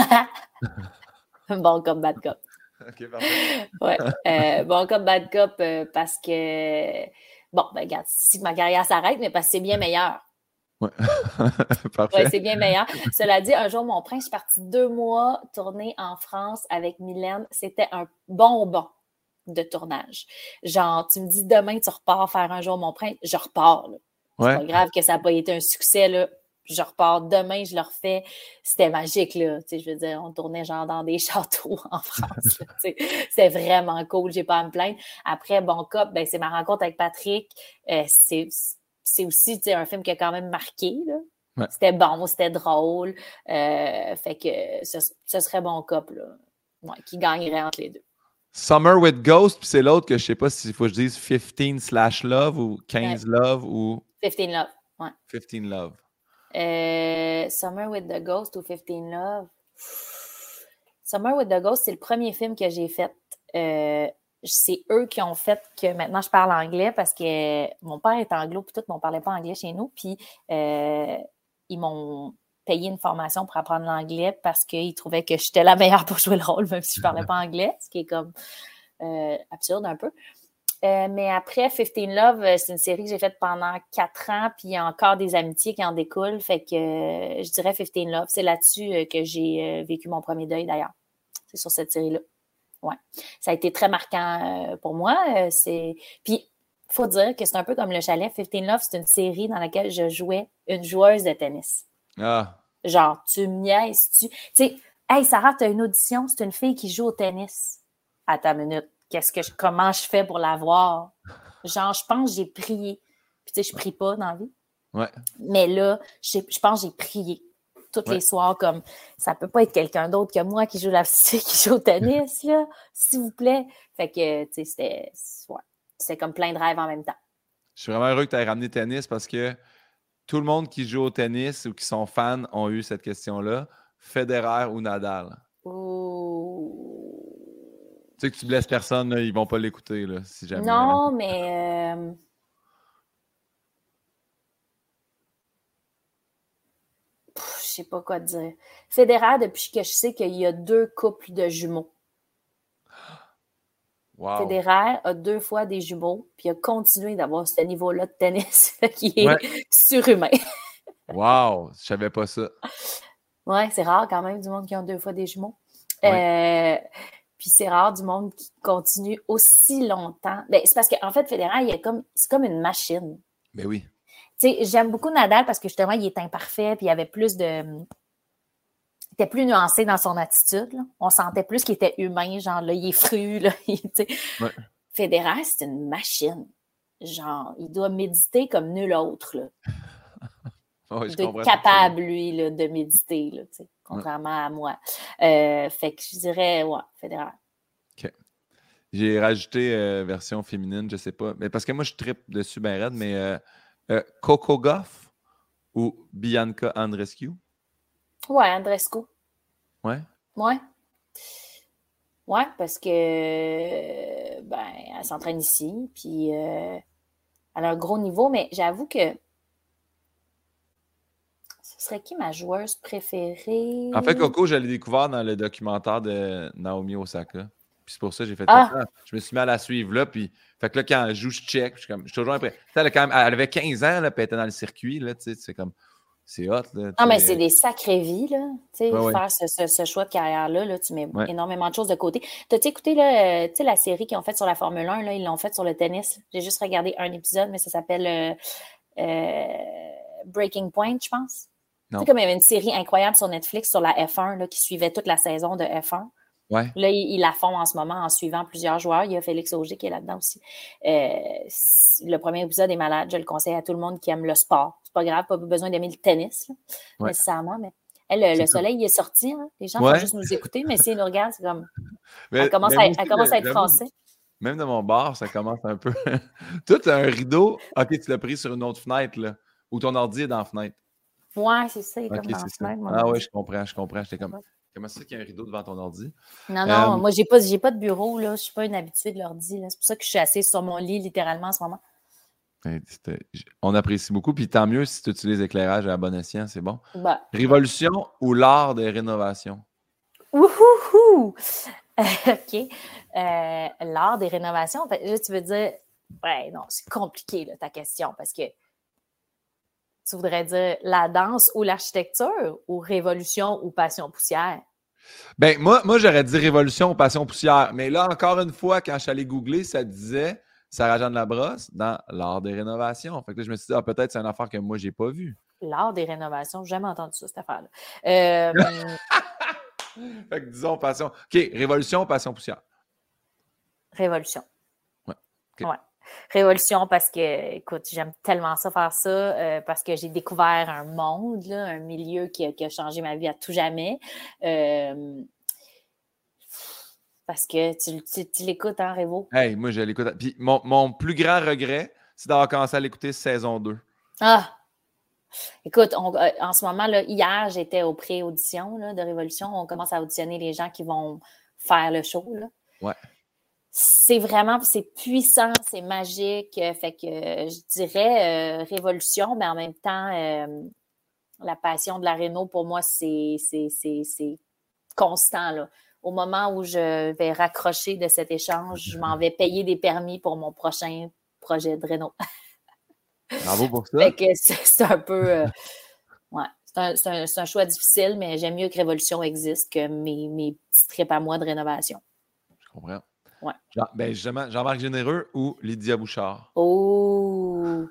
Bon cop, bad cop.
OK, parfait.
Ouais. Euh, bon cop, bad cop euh, parce que, bon, ben regarde, si ma carrière s'arrête, mais parce que c'est bien meilleur.
Ouais. Parfait.
Ouais, c'est bien meilleur. Cela dit, un jour, mon prince, je suis partie deux mois tourner en France avec Mylène. C'était un bonbon de tournage. Genre, tu me dis demain, tu repars faire un jour mon prince, je repars, là. C'est ouais. pas grave que ça n'a pas été un succès, là. Je repars demain, je le refais. C'était magique, là. Tu sais, je veux dire, on tournait genre dans des châteaux en France. Là, tu sais. C'était vraiment cool, j'ai pas à me plaindre. Après, Bon Cop, ben, c'est ma rencontre avec Patrick. Euh, c'est, c'est aussi, tu sais, un film qui a quand même marqué, là. Ouais. C'était bon, c'était drôle. Euh, fait que ce, ce serait Bon Cop, là. Ouais, qui gagnerait entre les deux.
Summer with Ghost, puis c'est l'autre que je sais pas s'il faut que je dise quinze slash love ou quinze ouais. love ou...
quinze love, ouais.
quinze love.
Euh, Summer with the Ghost ou quinze love? Summer with the Ghost, c'est le premier film que j'ai fait. Euh, c'est eux qui ont fait que maintenant je parle anglais parce que mon père est anglo, puis tout, mais on parlait pas anglais chez nous, puis euh, ils m'ont payé une formation pour apprendre l'anglais parce qu'ils trouvaient que j'étais la meilleure pour jouer le rôle, même si je parlais pas anglais, ce qui est comme euh, absurde un peu. Euh, mais après, quinze love, c'est une série que j'ai faite pendant quatre ans, puis il y a encore des amitiés qui en découlent. Fait que euh, je dirais quinze love. C'est là-dessus euh, que j'ai euh, vécu mon premier deuil, d'ailleurs. C'est sur cette série-là. Ouais. Ça a été très marquant euh, pour moi. Euh, c'est... Puis, il faut dire que c'est un peu comme Le Chalet. quinze love, c'est une série dans laquelle je jouais une joueuse de tennis.
Ah.
Genre, tu me niaises, tu... Tu sais, hey, Sarah, t'as une audition, c'est une fille qui joue au tennis. À ta minute. Qu'est-ce que je, comment je fais pour l'avoir? Genre, je pense que j'ai prié. Puis, tu sais, je prie pas dans la vie.
Ouais.
Mais là, je, je pense que j'ai prié tous ouais. les soirs, comme ça peut pas être quelqu'un d'autre que moi qui joue la qui joue au tennis, là, s'il vous plaît. Fait que, tu sais, c'était, ouais, c'était comme plein de rêves en même temps.
Je suis vraiment heureux que tu aies ramené tennis parce que tout le monde qui joue au tennis ou qui sont fans ont eu cette question-là. Federer ou Nadal?
Ouh.
Tu sais que tu blesses personne, là, ils vont pas l'écouter, là, si jamais.
Non, mais... Euh... Pff, je sais pas quoi te dire. Federer, depuis que je sais qu'il y a deux couples de jumeaux.
Wow.
Federer a deux fois des jumeaux, puis il a continué d'avoir ce niveau-là de tennis qui est
ouais.
surhumain.
Wow! Je savais pas ça.
Ouais, c'est rare quand même du monde qui a deux fois des jumeaux. Ouais. Euh... Puis c'est rare du monde qui continue aussi longtemps. Ben, c'est parce qu'en fait, Federer, il est comme, c'est comme une machine.
Ben oui.
Tu sais, j'aime beaucoup Nadal parce que justement, il est imparfait, puis il avait plus de... Il était plus nuancé dans son attitude. Là. On sentait plus qu'il était humain, genre là, il est fru, là. Tu sais.
Ouais.
Federer, c'est une machine. Genre, il doit méditer comme nul autre, là.
Oh,
il doit être capable, lui, là, de méditer, là, contrairement ouais. à moi. Euh, fait que je dirais, ouais, Federer.
OK. J'ai rajouté euh, version féminine, je sais pas. Mais parce que moi, je trippe dessus ben raide, mais euh, euh, Coco Gauff ou Bianca Andreescu?
Ouais, Andreescu.
Ouais?
Ouais. Ouais, parce que ben, elle s'entraîne ici, puis euh, elle a un gros niveau, mais j'avoue que ce serait qui ma joueuse préférée?
En fait, Coco, je l'ai découvert dans le documentaire de Naomi Osaka. Puis c'est pour ça que j'ai fait
ah!
comme ça. Je me suis mis à la suivre là. Puis, fait que là, quand elle joue, je check. Je suis, comme, je suis toujours impressionné. Elle, quand même, elle avait quinze ans, là, puis elle était dans le circuit. Là, c'est comme. C'est hot. Là,
ah, mais c'est des sacrées vies, là. Tu sais,
ouais,
faire
ouais.
ce, ce, ce choix de carrière-là, là, tu mets
ouais.
énormément de choses de côté. T'as-tu écouté là, euh, la série qu'ils ont faite sur la Formule un? Là, ils l'ont faite sur le tennis. J'ai juste regardé un épisode, mais ça s'appelle euh, euh, Breaking Point, je pense. Tu sais, comme il y avait une série incroyable sur Netflix sur la F un là, qui suivait toute la saison de F un.
Ouais.
Là, ils, ils la font en ce moment en suivant plusieurs joueurs. Il y a Félix Auger qui est là-dedans aussi. Euh, le premier épisode est malade. Je le conseille à tout le monde qui aime le sport. C'est pas grave, pas besoin d'aimer le tennis, là, ouais. nécessairement. Mais elle, le, le soleil, il est sorti. Hein. Les gens ouais. vont juste nous écouter, mais s'ils nous regardent, c'est comme. Mais, elle commence, à, aussi, elle commence à être français.
Même dans mon bar, ça commence un peu. Toi, tu as un rideau. OK, tu l'as pris sur une autre fenêtre, là. Ou ton ordi est dans la fenêtre.
Ouais, c'est ça. Il est
okay,
comme dans la fenêtre.
Ah oui, je comprends, je comprends. J'étais comme. Comment c'est qu'il y a un rideau devant ton ordi?
Non, non, euh, moi, j'ai pas, j'ai pas de bureau, là. Je suis pas une habituée de l'ordi. C'est pour ça que je suis assise sur mon lit, littéralement, en ce moment.
On apprécie beaucoup. Puis tant mieux si tu utilises l'éclairage à bon escient, c'est bon.
Ben,
Révolution ouais. ou l'art des rénovations?
Ouhouhou! OK. Euh, l'art des rénovations, là, tu veux dire... Ouais, non, c'est compliqué, là, ta question, parce que tu voudrais dire la danse ou l'architecture ou révolution ou passion poussière?
Ben moi, moi j'aurais dit révolution ou passion poussière. Mais là, encore une fois, quand je suis allé googler, ça disait Sarah-Jeanne Labrosse dans l'art des rénovations. Fait que là, je me suis dit, ah, peut-être c'est une affaire que moi, j'ai pas vue.
L'art des rénovations, j'ai jamais entendu ça, cette affaire-là. Euh...
fait que disons passion. OK, révolution ou passion poussière?
Révolution.
Ouais. Okay.
Ouais. Révolution parce que, écoute, j'aime tellement ça faire ça, euh, parce que j'ai découvert un monde, là, un milieu qui a, qui a changé ma vie à tout jamais. Euh, parce que tu, tu, tu l'écoutes, hein, Révo?
Hey, moi, je l'écoute. Puis mon, mon plus grand regret, c'est d'avoir commencé à l'écouter saison deux.
Ah! Écoute, on, euh, en ce moment, là, hier, j'étais au pré-audition là, de Révolution. On commence à auditionner les gens qui vont faire le show. Là.
Ouais.
C'est vraiment, c'est puissant, c'est magique. Fait que euh, je dirais euh, Révolution, mais en même temps, euh, la passion de la réno, pour moi, c'est, c'est, c'est, c'est constant. Là. Au moment où je vais raccrocher de cet échange, je m'en vais payer des permis pour mon prochain projet de réno.
Bravo pour ça.
Fait que c'est, c'est un peu... Euh, ouais, c'est un, c'est, un, c'est un choix difficile, mais j'aime mieux que Révolution existe que mes, mes petits trips à moi de rénovation.
Je comprends.
Ouais.
Jean, ben justement, Jean-Marc Généreux ou Lydia Bouchard?
Oh!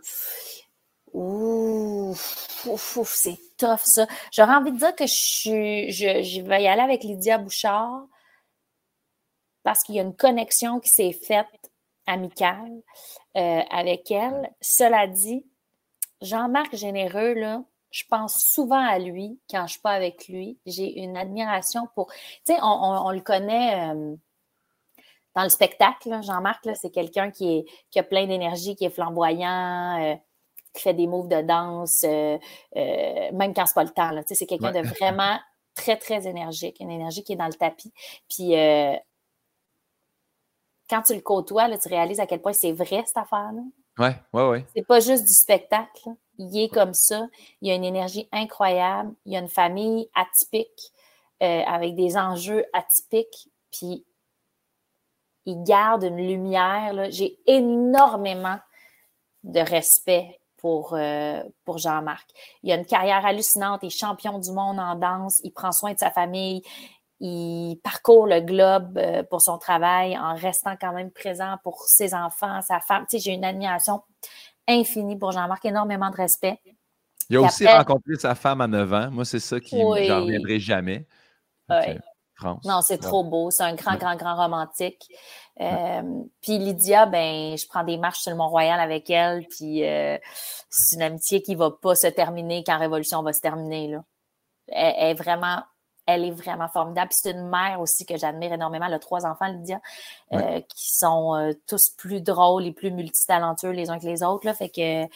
Ouh! Ouf, ouf, c'est tough, ça. J'aurais envie de dire que je, suis, je, je vais y aller avec Lydia Bouchard parce qu'il y a une connexion qui s'est faite amicale euh, avec elle. Cela dit, Jean-Marc Généreux, là, je pense souvent à lui quand je ne suis pas avec lui. J'ai une admiration pour... Tu sais, on, on, on le connaît euh, dans le spectacle. Là. Jean-Marc, là, c'est quelqu'un qui, est, qui a plein d'énergie, qui est flamboyant, euh, qui fait des moves de danse, euh, euh, même quand c'est pas le temps. Là. Tu sais, c'est quelqu'un ouais. de vraiment très, très énergique. Une énergie qui est dans le tapis. Puis... Euh, quand tu le côtoies, là, tu réalises à quel point c'est vrai, cette affaire-là.
Oui, oui, oui.
C'est pas juste du spectacle. Là. Il est comme ça. Il a une énergie incroyable. Il a une famille atypique, euh, avec des enjeux atypiques. Puis, il garde une lumière. Là. J'ai énormément de respect pour, euh, pour Jean-Marc. Il a une carrière hallucinante. Il est champion du monde en danse. Il prend soin de sa famille. Il parcourt le globe pour son travail en restant quand même présent pour ses enfants, sa femme. Tu sais, j'ai une admiration infinie pour Jean-Marc, énormément de respect.
Il a Puis aussi après... rencontré sa femme à neuf ans. Moi, c'est ça qui...
Oui.
J'en reviendrai jamais.
Oui.
France.
Non, c'est trop beau. C'est un grand, ouais. grand, grand romantique. Euh, ouais. Puis Lydia, ben, je prends des marches sur le Mont-Royal avec elle. Puis euh, c'est une amitié qui va pas se terminer quand Révolution va se terminer, là. Elle, elle est vraiment, elle est vraiment formidable. Puis c'est une mère aussi que j'admire énormément. Elle a trois enfants, Lydia, ouais. euh, qui sont euh, tous plus drôles et plus multitalentueux les uns que les autres, là. Fait que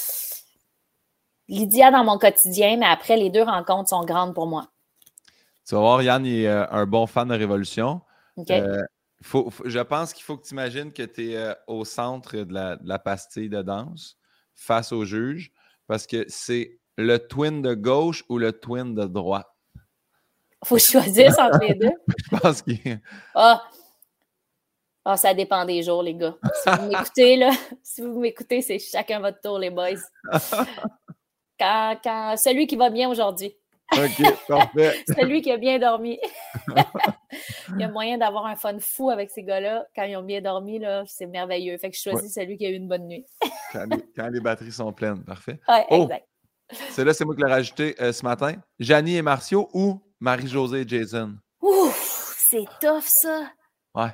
Lydia dans mon quotidien, mais après, les deux rencontres sont grandes pour moi.
Tu vas voir, Yann est euh, un bon fan de Révolution.
Okay.
Euh, faut, faut, je pense qu'il faut que tu imagines que tu es euh, au centre de la, de la pastille de danse face au juge parce que c'est le twin de gauche ou le twin de droite.
Faut que je choisisse entre les deux.
Je pense qu'il...
Ah! Ah, ça dépend des jours, les gars. Si vous m'écoutez, là, si vous m'écoutez, c'est chacun votre tour, les boys. Quand, quand... Celui qui va bien aujourd'hui.
OK, parfait.
Celui qui a bien dormi. Il y a moyen d'avoir un fun fou avec ces gars-là. Quand ils ont bien dormi, là, c'est merveilleux. Fait que je choisis ouais. celui qui a eu une bonne nuit.
quand, les, quand les batteries sont pleines, parfait.
Oui,
oh,
exact.
C'est là, c'est moi qui l'ai rajouté euh, ce matin. Janie et Marcio ou Marie-Josée et Jason?
Ouf, c'est tough, ça.
Ouais.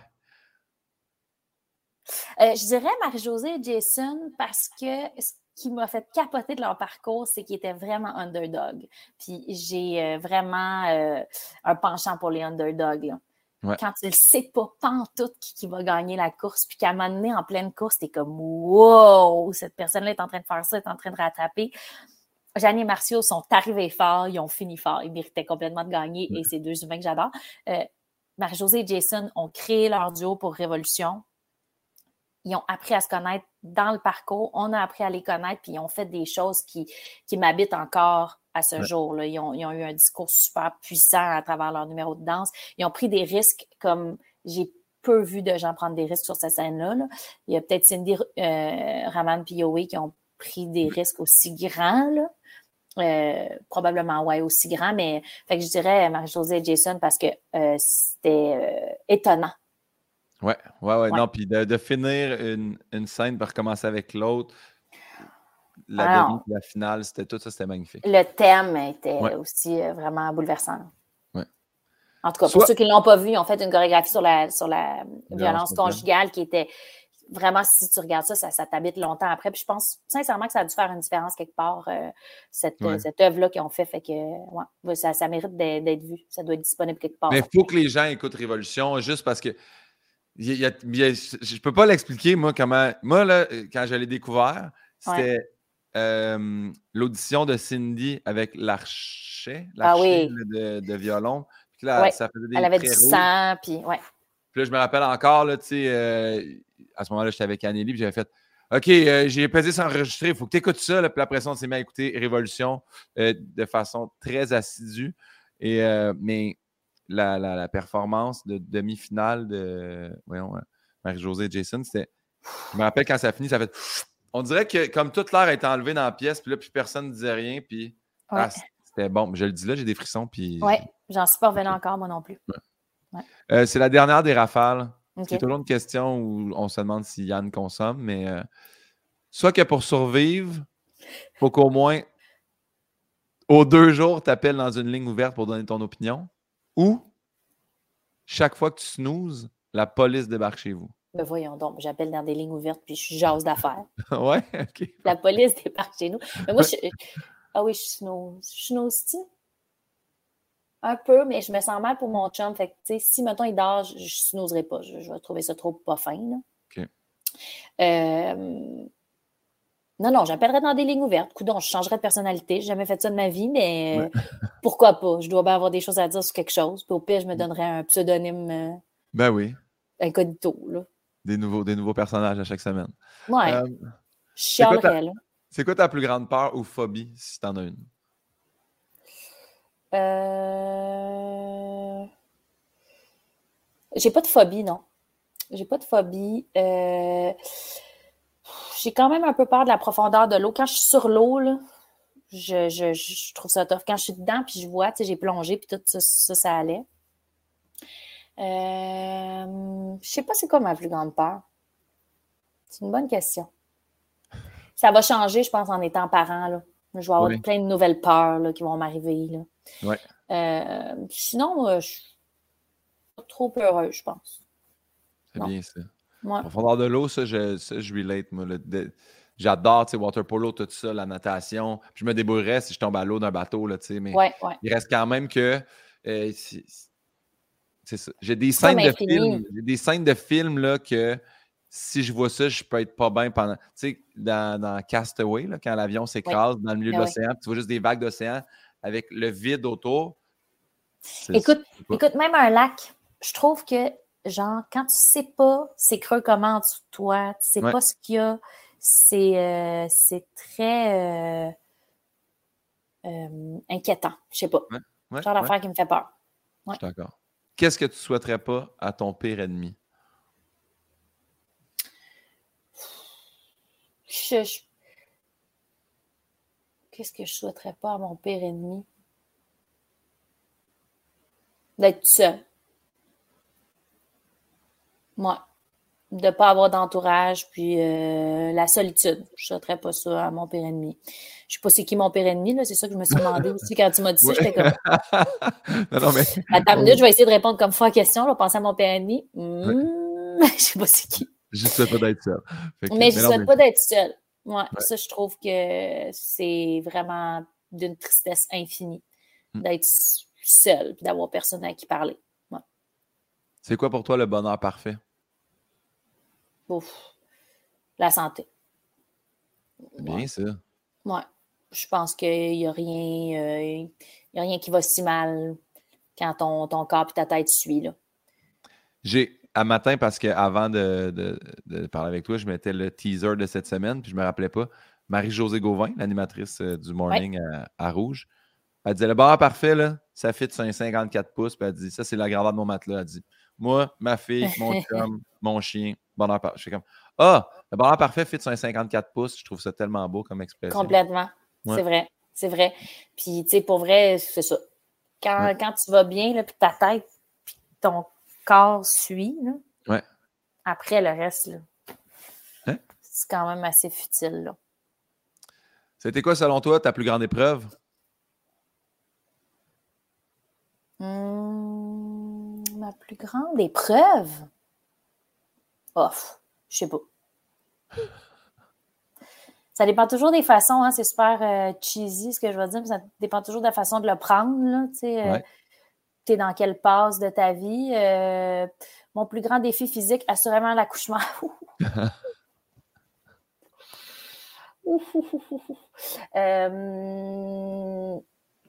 Euh, je dirais Marie-Josée et Jason parce que ce qui m'a fait capoter de leur parcours, c'est qu'ils étaient vraiment underdog. Puis j'ai euh, vraiment euh, un penchant pour les underdogs, là. Ouais. Quand tu ne sais pas pantoute qui, qui va gagner la course, puis qu'à un moment donné, en pleine course, t'es comme « Wow! Cette personne-là est en train de faire ça, est en train de rattraper. » Jeanne et Marcio sont arrivés forts, ils ont fini fort. Ils méritaient complètement de gagner et c'est deux humains que j'adore. Euh, Marie-Josée et Jason ont créé leur duo pour Révolution. Ils ont appris à se connaître dans le parcours. On a appris à les connaître puis ils ont fait des choses qui, qui m'habitent encore à ce ouais. jour. Là. Ils ont, ils ont eu un discours super puissant à travers leur numéro de danse. Ils ont pris des risques comme j'ai peu vu de gens prendre des risques sur cette scène-là. Là. Il y a peut-être Cindy euh, Raman et Yoé qui ont pris des risques aussi grands, là. Euh, probablement, ouais, aussi grands, mais fait que je dirais Marie-Josée et Jason parce que euh, c'était euh, étonnant.
Ouais, ouais, ouais, ouais. Non, puis de, de finir une, une scène par commencer avec l'autre, la demi, la finale, c'était tout ça, c'était magnifique.
Le thème était ouais. aussi euh, vraiment bouleversant. Ouais. En tout cas, pour Soit... ceux qui ne l'ont pas vu, ils ont fait une chorégraphie sur la, sur la violence conjugale qui était vraiment, si tu regardes ça, ça, ça t'habite longtemps après. Puis je pense sincèrement que ça a dû faire une différence quelque part, euh, cette, ouais. cette œuvre-là qu'ils ont fait. Fait que ouais, ça, ça mérite d'être, d'être vu. Ça doit être disponible quelque part.
Mais il faut que les gens écoutent Révolution juste parce que il y a, il y a, je ne peux pas l'expliquer, moi, comment. Moi, là, quand je l'ai découvert, c'était ouais. euh, l'audition de Cindy avec l'archet, l'archet ah oui. de, de violon. Puis là,
ouais.
ça faisait des
Elle avait du sang, puis ouais.
Puis là, je me rappelle encore, là, tu sais, euh, à ce moment-là, j'étais avec Anneli, puis j'avais fait OK, euh, j'ai pesé sans enregistrer, il faut que tu écoutes ça. Là. Puis après ça, on s'est mis à écouter Révolution euh, de façon très assidue. Et, euh, mais la, la, la performance de demi-finale de voyons, Marie-Josée et Jason, c'était. Je me rappelle quand ça a fini, ça fait. On dirait que comme toute l'air est enlevée dans la pièce, puis là, puis personne ne disait rien, puis ouais. ah, c'était bon. Je le dis là, j'ai des frissons. Puis...
Oui, j'en suis pas revenue encore, moi non plus.
Ouais. Ouais. Euh, c'est la dernière des rafales. Okay. C'est toujours une question où on se demande si Yann consomme, mais euh, soit que pour survivre, il faut qu'au moins aux deux jours, tu appelles dans une ligne ouverte pour donner ton opinion, ou chaque fois que tu snoozes, la police débarque chez vous.
Ben voyons donc, j'appelle dans des lignes ouvertes puis je jase d'affaires.
Ouais, OK.
La police débarque chez nous. Mais moi, je... ah oui, je snooze. Je snooze-tu? Un peu, mais je me sens mal pour mon chum. Fait que, tu sais, si, mettons, il dort, je ne snoozerai pas. Je, je vais trouver ça trop pas fin, là.
OK.
Euh... Non, non, j'appellerais dans des lignes ouvertes. Coudon, je changerais de personnalité. J'ai jamais fait ça de ma vie, mais ouais. Pourquoi pas? Je dois bien avoir des choses à dire sur quelque chose. Puis au pire, je me donnerais un pseudonyme euh...
ben oui.
incognito, là.
Des nouveaux, des nouveaux personnages à chaque semaine.
Ouais. Euh, je chialerais, là.
C'est quoi ta plus grande peur ou phobie, si t'en as une?
Euh... J'ai pas de phobie, non. J'ai pas de phobie. Euh... J'ai quand même un peu peur de la profondeur de l'eau. Quand je suis sur l'eau, là, je, je, je trouve ça tough. Quand je suis dedans, puis je vois, tu sais, j'ai plongé, puis tout ça, ça, ça allait. Euh... Je sais pas c'est quoi ma plus grande peur. C'est une bonne question. Ça va changer, je pense, en étant parent, là. Je vais avoir oui. plein de nouvelles peurs là, qui vont m'arriver, là.
Ouais.
Euh, sinon, euh, je, trop heureux, je pense.
C'est
non.
bien ça.
Ouais.
Profondeur de l'eau, ça, je, ça, je relate, moi. Là, de, j'adore, tu sais, water polo, tout ça, la natation. Puis je me débrouillerais si je tombe à l'eau d'un bateau, là, tu sais, mais
ouais, ouais.
il reste quand même que... Euh, c'est, c'est ça. J'ai des
C'est comme
scènes de
infini.
films, j'ai des scènes de films, là, que si je vois ça, je peux être pas bien pendant... Tu sais, dans, dans Castaway, là, quand l'avion s'écrase
Oui.
dans le milieu
Ben
de
oui.
l'océan, puis tu vois juste des vagues d'océan avec le vide autour. C'est-
Écoute,
c'est pas-
écoute, même un lac, je trouve que, genre, quand tu sais pas c'est creux comment en dessous de toi, tu sais
Ouais.
pas ce qu'il y a, c'est, euh, c'est très euh, euh, inquiétant. Je sais pas.
Ouais, ouais,
Genre
ouais.
d'affaire qui me fait peur.
Je
Ouais.
suis d'accord. Qu'est-ce que tu souhaiterais pas à ton pire ennemi?
Je- je- Qu'est-ce que je souhaiterais pas à mon pire ennemi? D'être tout seul. Moi. De ne pas avoir d'entourage, puis euh, la solitude. Je ne souhaiterais pas ça à mon pire ennemi. Je sais pas c'est qui mon pire ennemi, là. C'est ça que je me suis demandé aussi quand tu m'as dit ça.
Ouais.
J'étais comme,
non, non, mais...
attends une minute, je vais essayer de répondre comme fois à la question. Je vais penser à mon pire ennemi.
Ouais.
Hmm, je sais pas c'est qui.
Je souhaite pas d'être seul. Fait que-
Mais je
mais
ne
non,
souhaite
mais-
pas d'être seule. Ouais,
Ouais.
ça, je trouve que c'est vraiment d'une tristesse infinie
Hmm.
d'être seule puis d'avoir personne à qui parler. Ouais.
C'est quoi pour toi le bonheur parfait?
Ouf. La santé.
C'est bien
Ouais.
ça.
Ouais. Je pense qu'il n'y a rien euh, il y a rien qui va si mal quand ton, ton corps et ta tête suivent. Là.
J'ai, à matin, parce qu'avant de, de, de parler avec toi, je mettais le teaser de cette semaine, puis je me rappelais pas. Marie-Josée Gauvin, l'animatrice euh, du Morning
Ouais.
à, à Rouge, elle disait le bonheur parfait, là, ça fit sur un cinquante-quatre pouces, puis elle dit ça, c'est la grandeur de mon matelas. Elle dit moi, ma fille, mon chum, mon chien, bonheur parfait. Je suis comme ah, le bonheur parfait fit sur un cinquante-quatre pouces. Je trouve ça tellement beau comme expression.
Complètement.
Ouais.
C'est vrai. C'est vrai. Puis, tu sais, pour vrai, c'est ça. Quand,
Ouais.
quand tu vas bien, là, puis ta tête, puis ton corps suit, là,
Ouais.
après le reste, là,
Hein?
c'est quand même assez futile. Là.
C'était quoi, selon toi, ta plus grande épreuve?
Hum, ma plus grande épreuve? Off, je sais pas. Ça dépend toujours des façons, hein, c'est super euh, cheesy ce que je vais dire, mais ça dépend toujours de la façon de le prendre. Là, tu sais, euh,
Ouais.
tu es dans quelle phase de ta vie. Euh, mon plus grand défi physique, assurément l'accouchement. Ouf, ouf, ouf, ouf, ouf. Euh...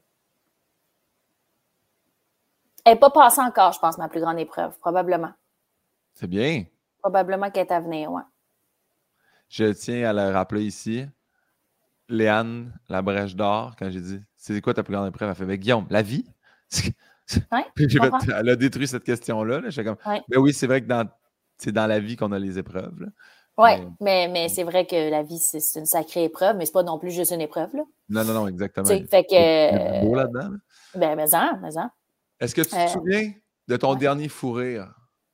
Elle n'est pas passée encore, je pense, ma plus grande épreuve, probablement.
C'est bien.
Probablement qu'elle est à venir, ouais.
Je tiens à le rappeler ici. Léane, la brèche d'or, quand j'ai dit c'est quoi ta plus grande épreuve, elle fait ben, Guillaume, la vie.
Ouais,
Puis j'ai fait,
comprends.
elle a détruit cette question-là. Là. J'étais comme
Ouais.
ben oui, c'est vrai que dans, c'est dans la vie qu'on a les épreuves. Là.
Oui,
Mais-
mais, mais c'est vrai que la vie, c'est c'est une sacrée épreuve, mais c'est pas non plus juste une épreuve. Là.
Non, non, non, exactement.
Tu sais, fait que.
Il y a du beau là-dedans. là.
Ben, mais en, mais en.
Est-ce que tu te
Euh,
souviens de ton
ouais.
dernier fou rire?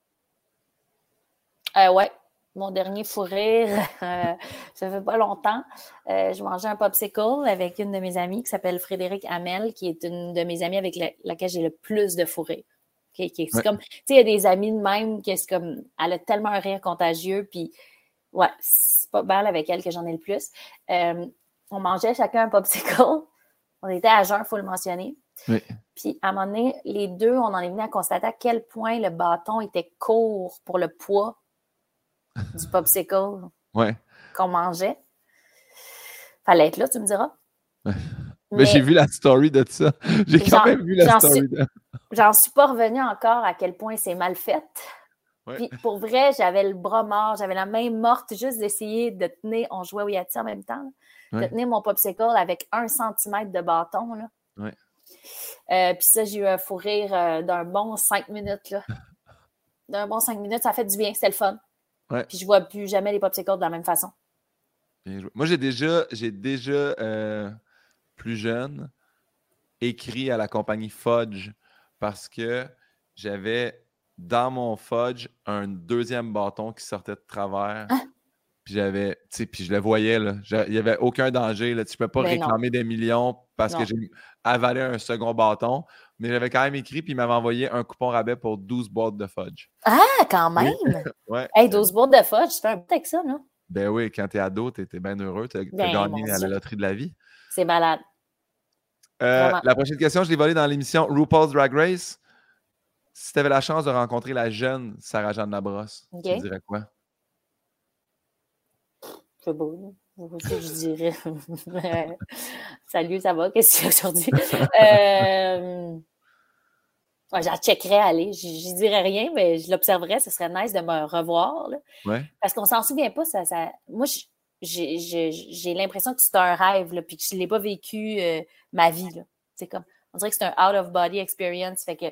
Euh, ouais, mon dernier fou rire, euh, ça fait pas longtemps. Euh, je mangeais un popsicle avec une de mes amies qui s'appelle Frédéric Hamel, qui est une de mes amies avec la- laquelle j'ai le plus de fou rire. Okay, okay. C'est
Ouais.
comme, tu sais, il y a des amies de même que c'est comme, elle a tellement un rire contagieux, puis ouais, c'est pas mal avec elle que j'en ai le plus. Euh, on mangeait chacun un popsicle. On était à jeun, il faut le mentionner.
Oui.
Puis, à un moment donné, les deux, on en est venu à constater à quel point le bâton était court pour le poids du popsicle
Ouais.
qu'on mangeait. Fallait être là, tu me diras.
Mais, Mais j'ai vu la story de ça. J'ai quand
j'en-
même vu la
j'en
story
suis-
de
J'en suis pas revenue encore à quel point c'est mal fait.
Ouais.
Puis, pour vrai, j'avais le bras mort, j'avais la main morte juste d'essayer de tenir, on jouait au Yati en même temps, là,
Ouais.
de tenir mon popsicle avec un centimètre de bâton. Là.
Ouais.
Euh, puis ça, j'ai eu un fou rire euh, d'un bon cinq minutes. Là. D'un bon cinq minutes, ça a fait du bien, c'était le fun.
Ouais.
Puis je vois plus jamais les popsicles de la même façon.
Bien joué. Moi, j'ai déjà, j'ai déjà euh, plus jeune, écrit à la compagnie Fudge parce que j'avais dans mon Fudge un deuxième bâton qui sortait de travers.
Hein?
Puis j'avais, tu sais, puis je le voyais, là. Je- il n'y avait aucun danger, là. Tu ne peux pas
Ben non.
réclamer des millions parce
Non.
que j'ai avalé un second bâton, mais j'avais quand même écrit, puis il m'avait envoyé un coupon rabais pour douze boîtes de fudge.
Ah, quand même!
Ouais.
Hey, douze boîtes de fudge, tu fais un peu avec ça, là?
Ben oui, quand t'es ado, t'es bien heureux, t'as
Ben,
gagné à la
Dieu.
loterie de la vie.
C'est malade.
Euh, la prochaine question, je l'ai volée dans l'émission RuPaul's Drag Race. Si tu avais la chance de rencontrer la jeune Sarah-Jeanne Labrosse, okay. Tu dirais quoi?
C'est beau, je dirais. Salut, ça va? Qu'est-ce qu'il y a aujourd'hui? euh... ouais, j'en checkerais aller. Je ne dirais rien, mais je l'observerais. Ce serait nice de me revoir. Là.
Ouais.
Parce qu'on s'en souvient pas. Ça, ça... Moi, j'ai, j'ai, j'ai l'impression que c'est un rêve, puis que je ne l'ai pas vécu euh, ma vie. Là. C'est comme, on dirait que c'est un out-of-body experience. Fait que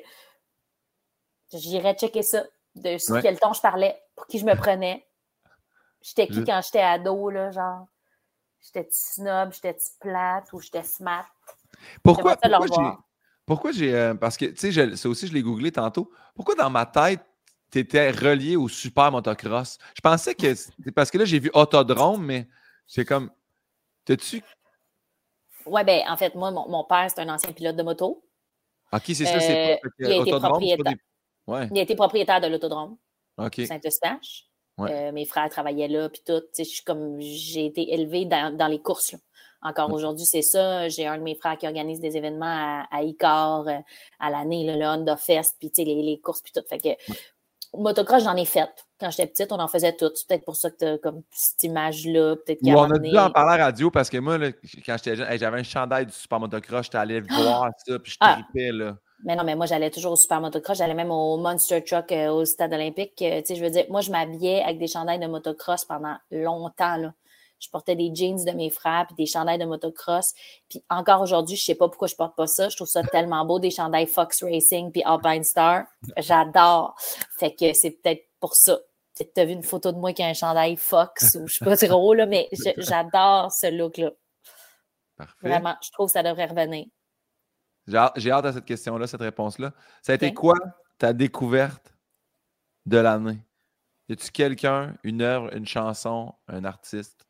j'irais checker ça, de sur ouais. quel ton je parlais, pour qui je me prenais. J'étais qui je... quand j'étais ado, là, genre? J'étais-tu snob, j'étais-tu plate ou j'étais smart?
Pourquoi, pourquoi j'ai... Pourquoi j'ai... Euh, parce que, tu sais, ça aussi, je l'ai googlé tantôt. Pourquoi dans ma tête, tu étais relié au super motocross? Je pensais que... Parce que là, j'ai vu Autodrome, mais c'est comme... T'as-tu...
Oui, bien, en fait, moi, mon, mon père, c'est un ancien pilote de moto.
OK, c'est ça, c'est pas...
Il a, été propriétaire.
Des... Ouais.
il a été propriétaire de l'autodrome.
OK.
Saint-Eustache.
Ouais.
Euh, mes frères travaillaient là, puis tout. Je suis comme... J'ai été élevée dans, dans les courses, là. Encore ouais. aujourd'hui, c'est ça. J'ai un de mes frères qui organise des événements à, à Icar euh, à l'année, là, le Honda Fest, puis les, les courses, puis tout. Fait que ouais. Motocross, j'en ai fait. Quand j'étais petite, on en faisait toutes. C'est peut-être pour ça que tu as comme cette image-là. Peut-être
Ou on a dû en parler à la radio parce que moi, là, quand j'étais jeune, hey, j'avais un chandail du Super Motocross. J'étais allé voir ça, puis je tripais, ah. là.
Mais non, mais moi, j'allais toujours au Super Motocross. J'allais même au Monster Truck euh, au Stade olympique. Euh, tu sais, je veux dire, moi, je m'habillais avec des chandails de motocross pendant longtemps, là. Je portais des jeans de mes frères puis des chandails de motocross. Puis encore aujourd'hui, je sais pas pourquoi je porte pas ça. Je trouve ça tellement beau, des chandails Fox Racing puis Alpine Star. J'adore. Fait que c'est peut-être pour ça. Tu as vu une photo de moi qui a un chandail Fox ou je sais pas trop, là, mais je, j'adore ce look-là.
Parfait.
Vraiment, je trouve que ça devrait revenir.
J'ai hâte, j'ai hâte à cette question-là, cette réponse-là. Ça a été okay. quoi ta découverte de l'année? Y a-tu quelqu'un, une œuvre, une chanson, un artiste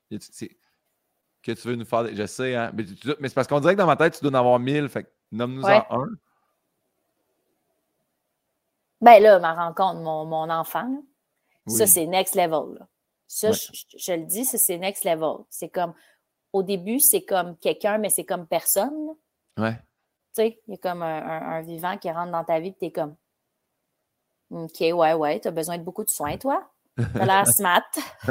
que tu veux nous faire? Je sais, hein? Mais, tu, mais c'est parce qu'on dirait que dans ma tête, tu dois en avoir mille. Fait que nomme-nous
ouais.
en un.
Ben là, ma rencontre, mon, mon enfant, là,
oui.
ça, c'est next level. Là. Ça,
ouais.
je, je le dis, ça, c'est next level. C'est comme, au début, c'est comme quelqu'un, mais c'est comme personne. Là.
Ouais.
Tu sais, il y a comme un, un, un vivant qui rentre dans ta vie et t'es comme OK, ouais, ouais, t'as besoin de beaucoup de soins, toi. T'as l'air smart.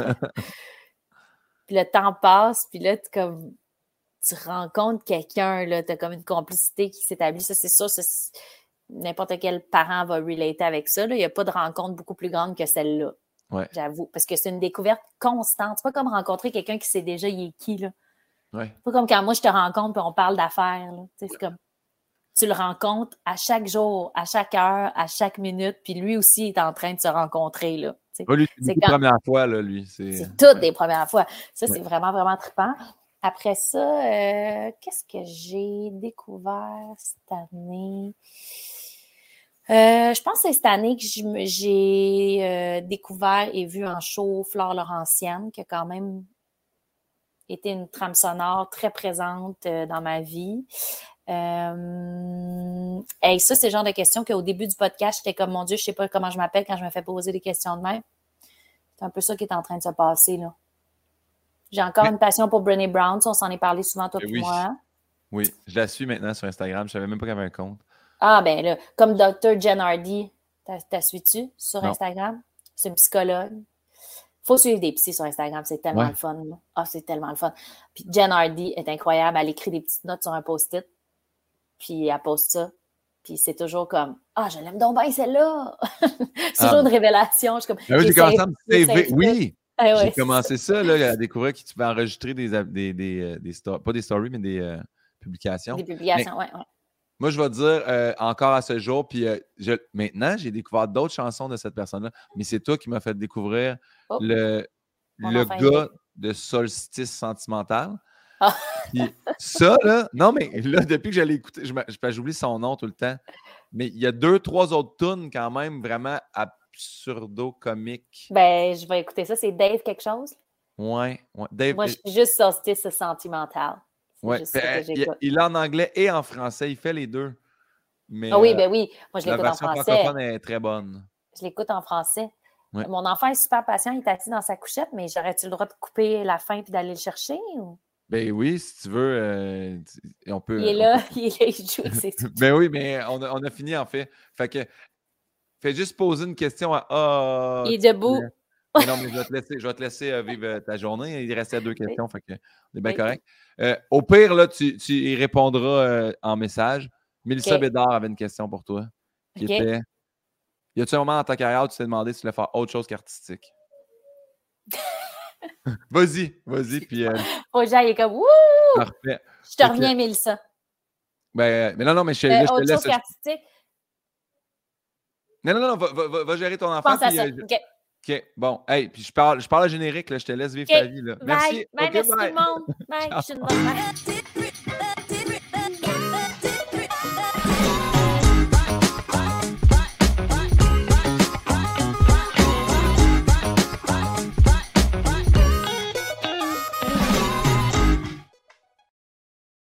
Puis le temps passe, puis là, comme, tu rencontres quelqu'un, là, t'as comme une complicité qui s'établit. Ça, c'est sûr, ça, c'est, n'importe quel parent va relater avec ça. Là. Il n'y a pas de rencontre beaucoup plus grande que celle-là.
Ouais.
J'avoue. Parce que c'est une découverte constante. C'est pas comme rencontrer quelqu'un qui sait déjà il est qui, là.
Ouais.
C'est pas comme quand moi, je te rencontre et on parle d'affaires, là. C'est comme... Tu le rencontres à chaque jour, à chaque heure, à chaque minute, puis lui aussi est en train de se rencontrer, là.
Ouais, lui, c'est, c'est quand... la première fois, là, lui. C'est,
c'est toutes
ouais.
des premières fois. Ça,
ouais.
c'est vraiment, vraiment trippant. Après ça, euh, qu'est-ce que j'ai découvert cette année? Euh, je pense que c'est cette année que j'ai euh, découvert et vu en show Flore Laurentienne, qui a quand même été une trame sonore très présente euh, dans ma vie. Euh, et ça, c'est le genre de questions qu'au début du podcast, j'étais comme, mon Dieu, je sais pas comment je m'appelle quand je me fais poser des questions de même. C'est un peu ça qui est en train de se passer, là. J'ai encore Mais... une passion pour Brené Brown, on s'en est parlé souvent, toi et
oui.
moi.
Oui, je la suis maintenant sur Instagram. Je savais même pas qu'elle avait un compte.
Ah, ben là, comme docteur Jen Hardy, t'as, t'as suis-tu sur
non.
Instagram? C'est une psychologue. Faut suivre des psys sur Instagram, c'est tellement
ouais.
le fun. Là. Ah, c'est tellement le fun. Puis Jen Hardy est incroyable, elle écrit des petites notes sur un post-it, puis elle poste ça. Puis c'est toujours comme « Ah, je l'aime donc bien celle-là! » C'est toujours ah. une révélation. Je suis comme,
ben oui, j'ai commencé à me saver. Oui!
Ah ouais,
j'ai commencé ça, ça là, à découvrir que tu peux enregistrer des, des, des, des stories, pas des stories, mais des euh, publications.
Des publications, oui, oui.
Moi, je vais dire euh, encore à ce jour, puis euh, je, maintenant, j'ai découvert d'autres chansons de cette personne-là, mais c'est toi qui m'as fait découvrir oh. le, le gars de Solstice Sentimental.
Ah.
Puis ça, là, non, mais là, depuis que je l'ai écouté, je, je, j'oublie son nom tout le temps, mais il y a deux, trois autres tunes quand même vraiment absurdo-comiques.
Ben, je vais écouter ça. C'est Dave quelque chose?
Ouais, ouais. Dave,
moi, je suis juste Solstice Sentimental.
Ouais.
juste ça que
il,
j'écoute.
il est en anglais et en français. Il fait les deux. Mais,
ah oui,
euh,
ben oui. Moi, je
la
l'écoute en
version
français.
francophone est très bonne.
Je l'écoute en français.
Ouais.
Mon enfant est super patient. Il est assis dans sa couchette, mais j'aurais-tu le droit de couper la fin et d'aller le chercher? Ou...
Ben oui, si tu veux, euh, on peut...
Il est là, peut... il est là, il joue avec ses trucs.
Ben oui, mais on a, on a fini, en fait. Fait que, fais juste poser une question à... Ah,
il est debout.
Mais non, mais je vais te laisser, je vais te laisser euh, vivre ta journée. Il restait deux questions, oui. Fait que on est bien oui. correct. Euh, au pire, là, tu, tu y répondras euh, en message. Mélissa okay. Bédard avait une question pour toi. Qui okay. était... Y a-t-il un moment dans ta carrière où tu t'es demandé si tu voulais faire autre chose qu'artistique? vas-y, vas-y. Puis. Euh...
Oh, Jean, il est comme wouh!
Parfait.
Je te reviens, que... Mélissa.
Ben, mais non, non, mais je,
euh,
là, je te
autre
laisse.
Autre chose qu'artistique?
Non, non, non, va, va, va gérer ton enfant.
Je pense
puis,
à ça.
euh,
OK.
OK, bon. Hey, puis je parle, je parle à générique, là, je te laisse vivre
okay.
ta vie. Là.
Bye.
Merci.
Bye,
okay,
merci
bye.
tout le monde. Bye. Je suis une bonne mère.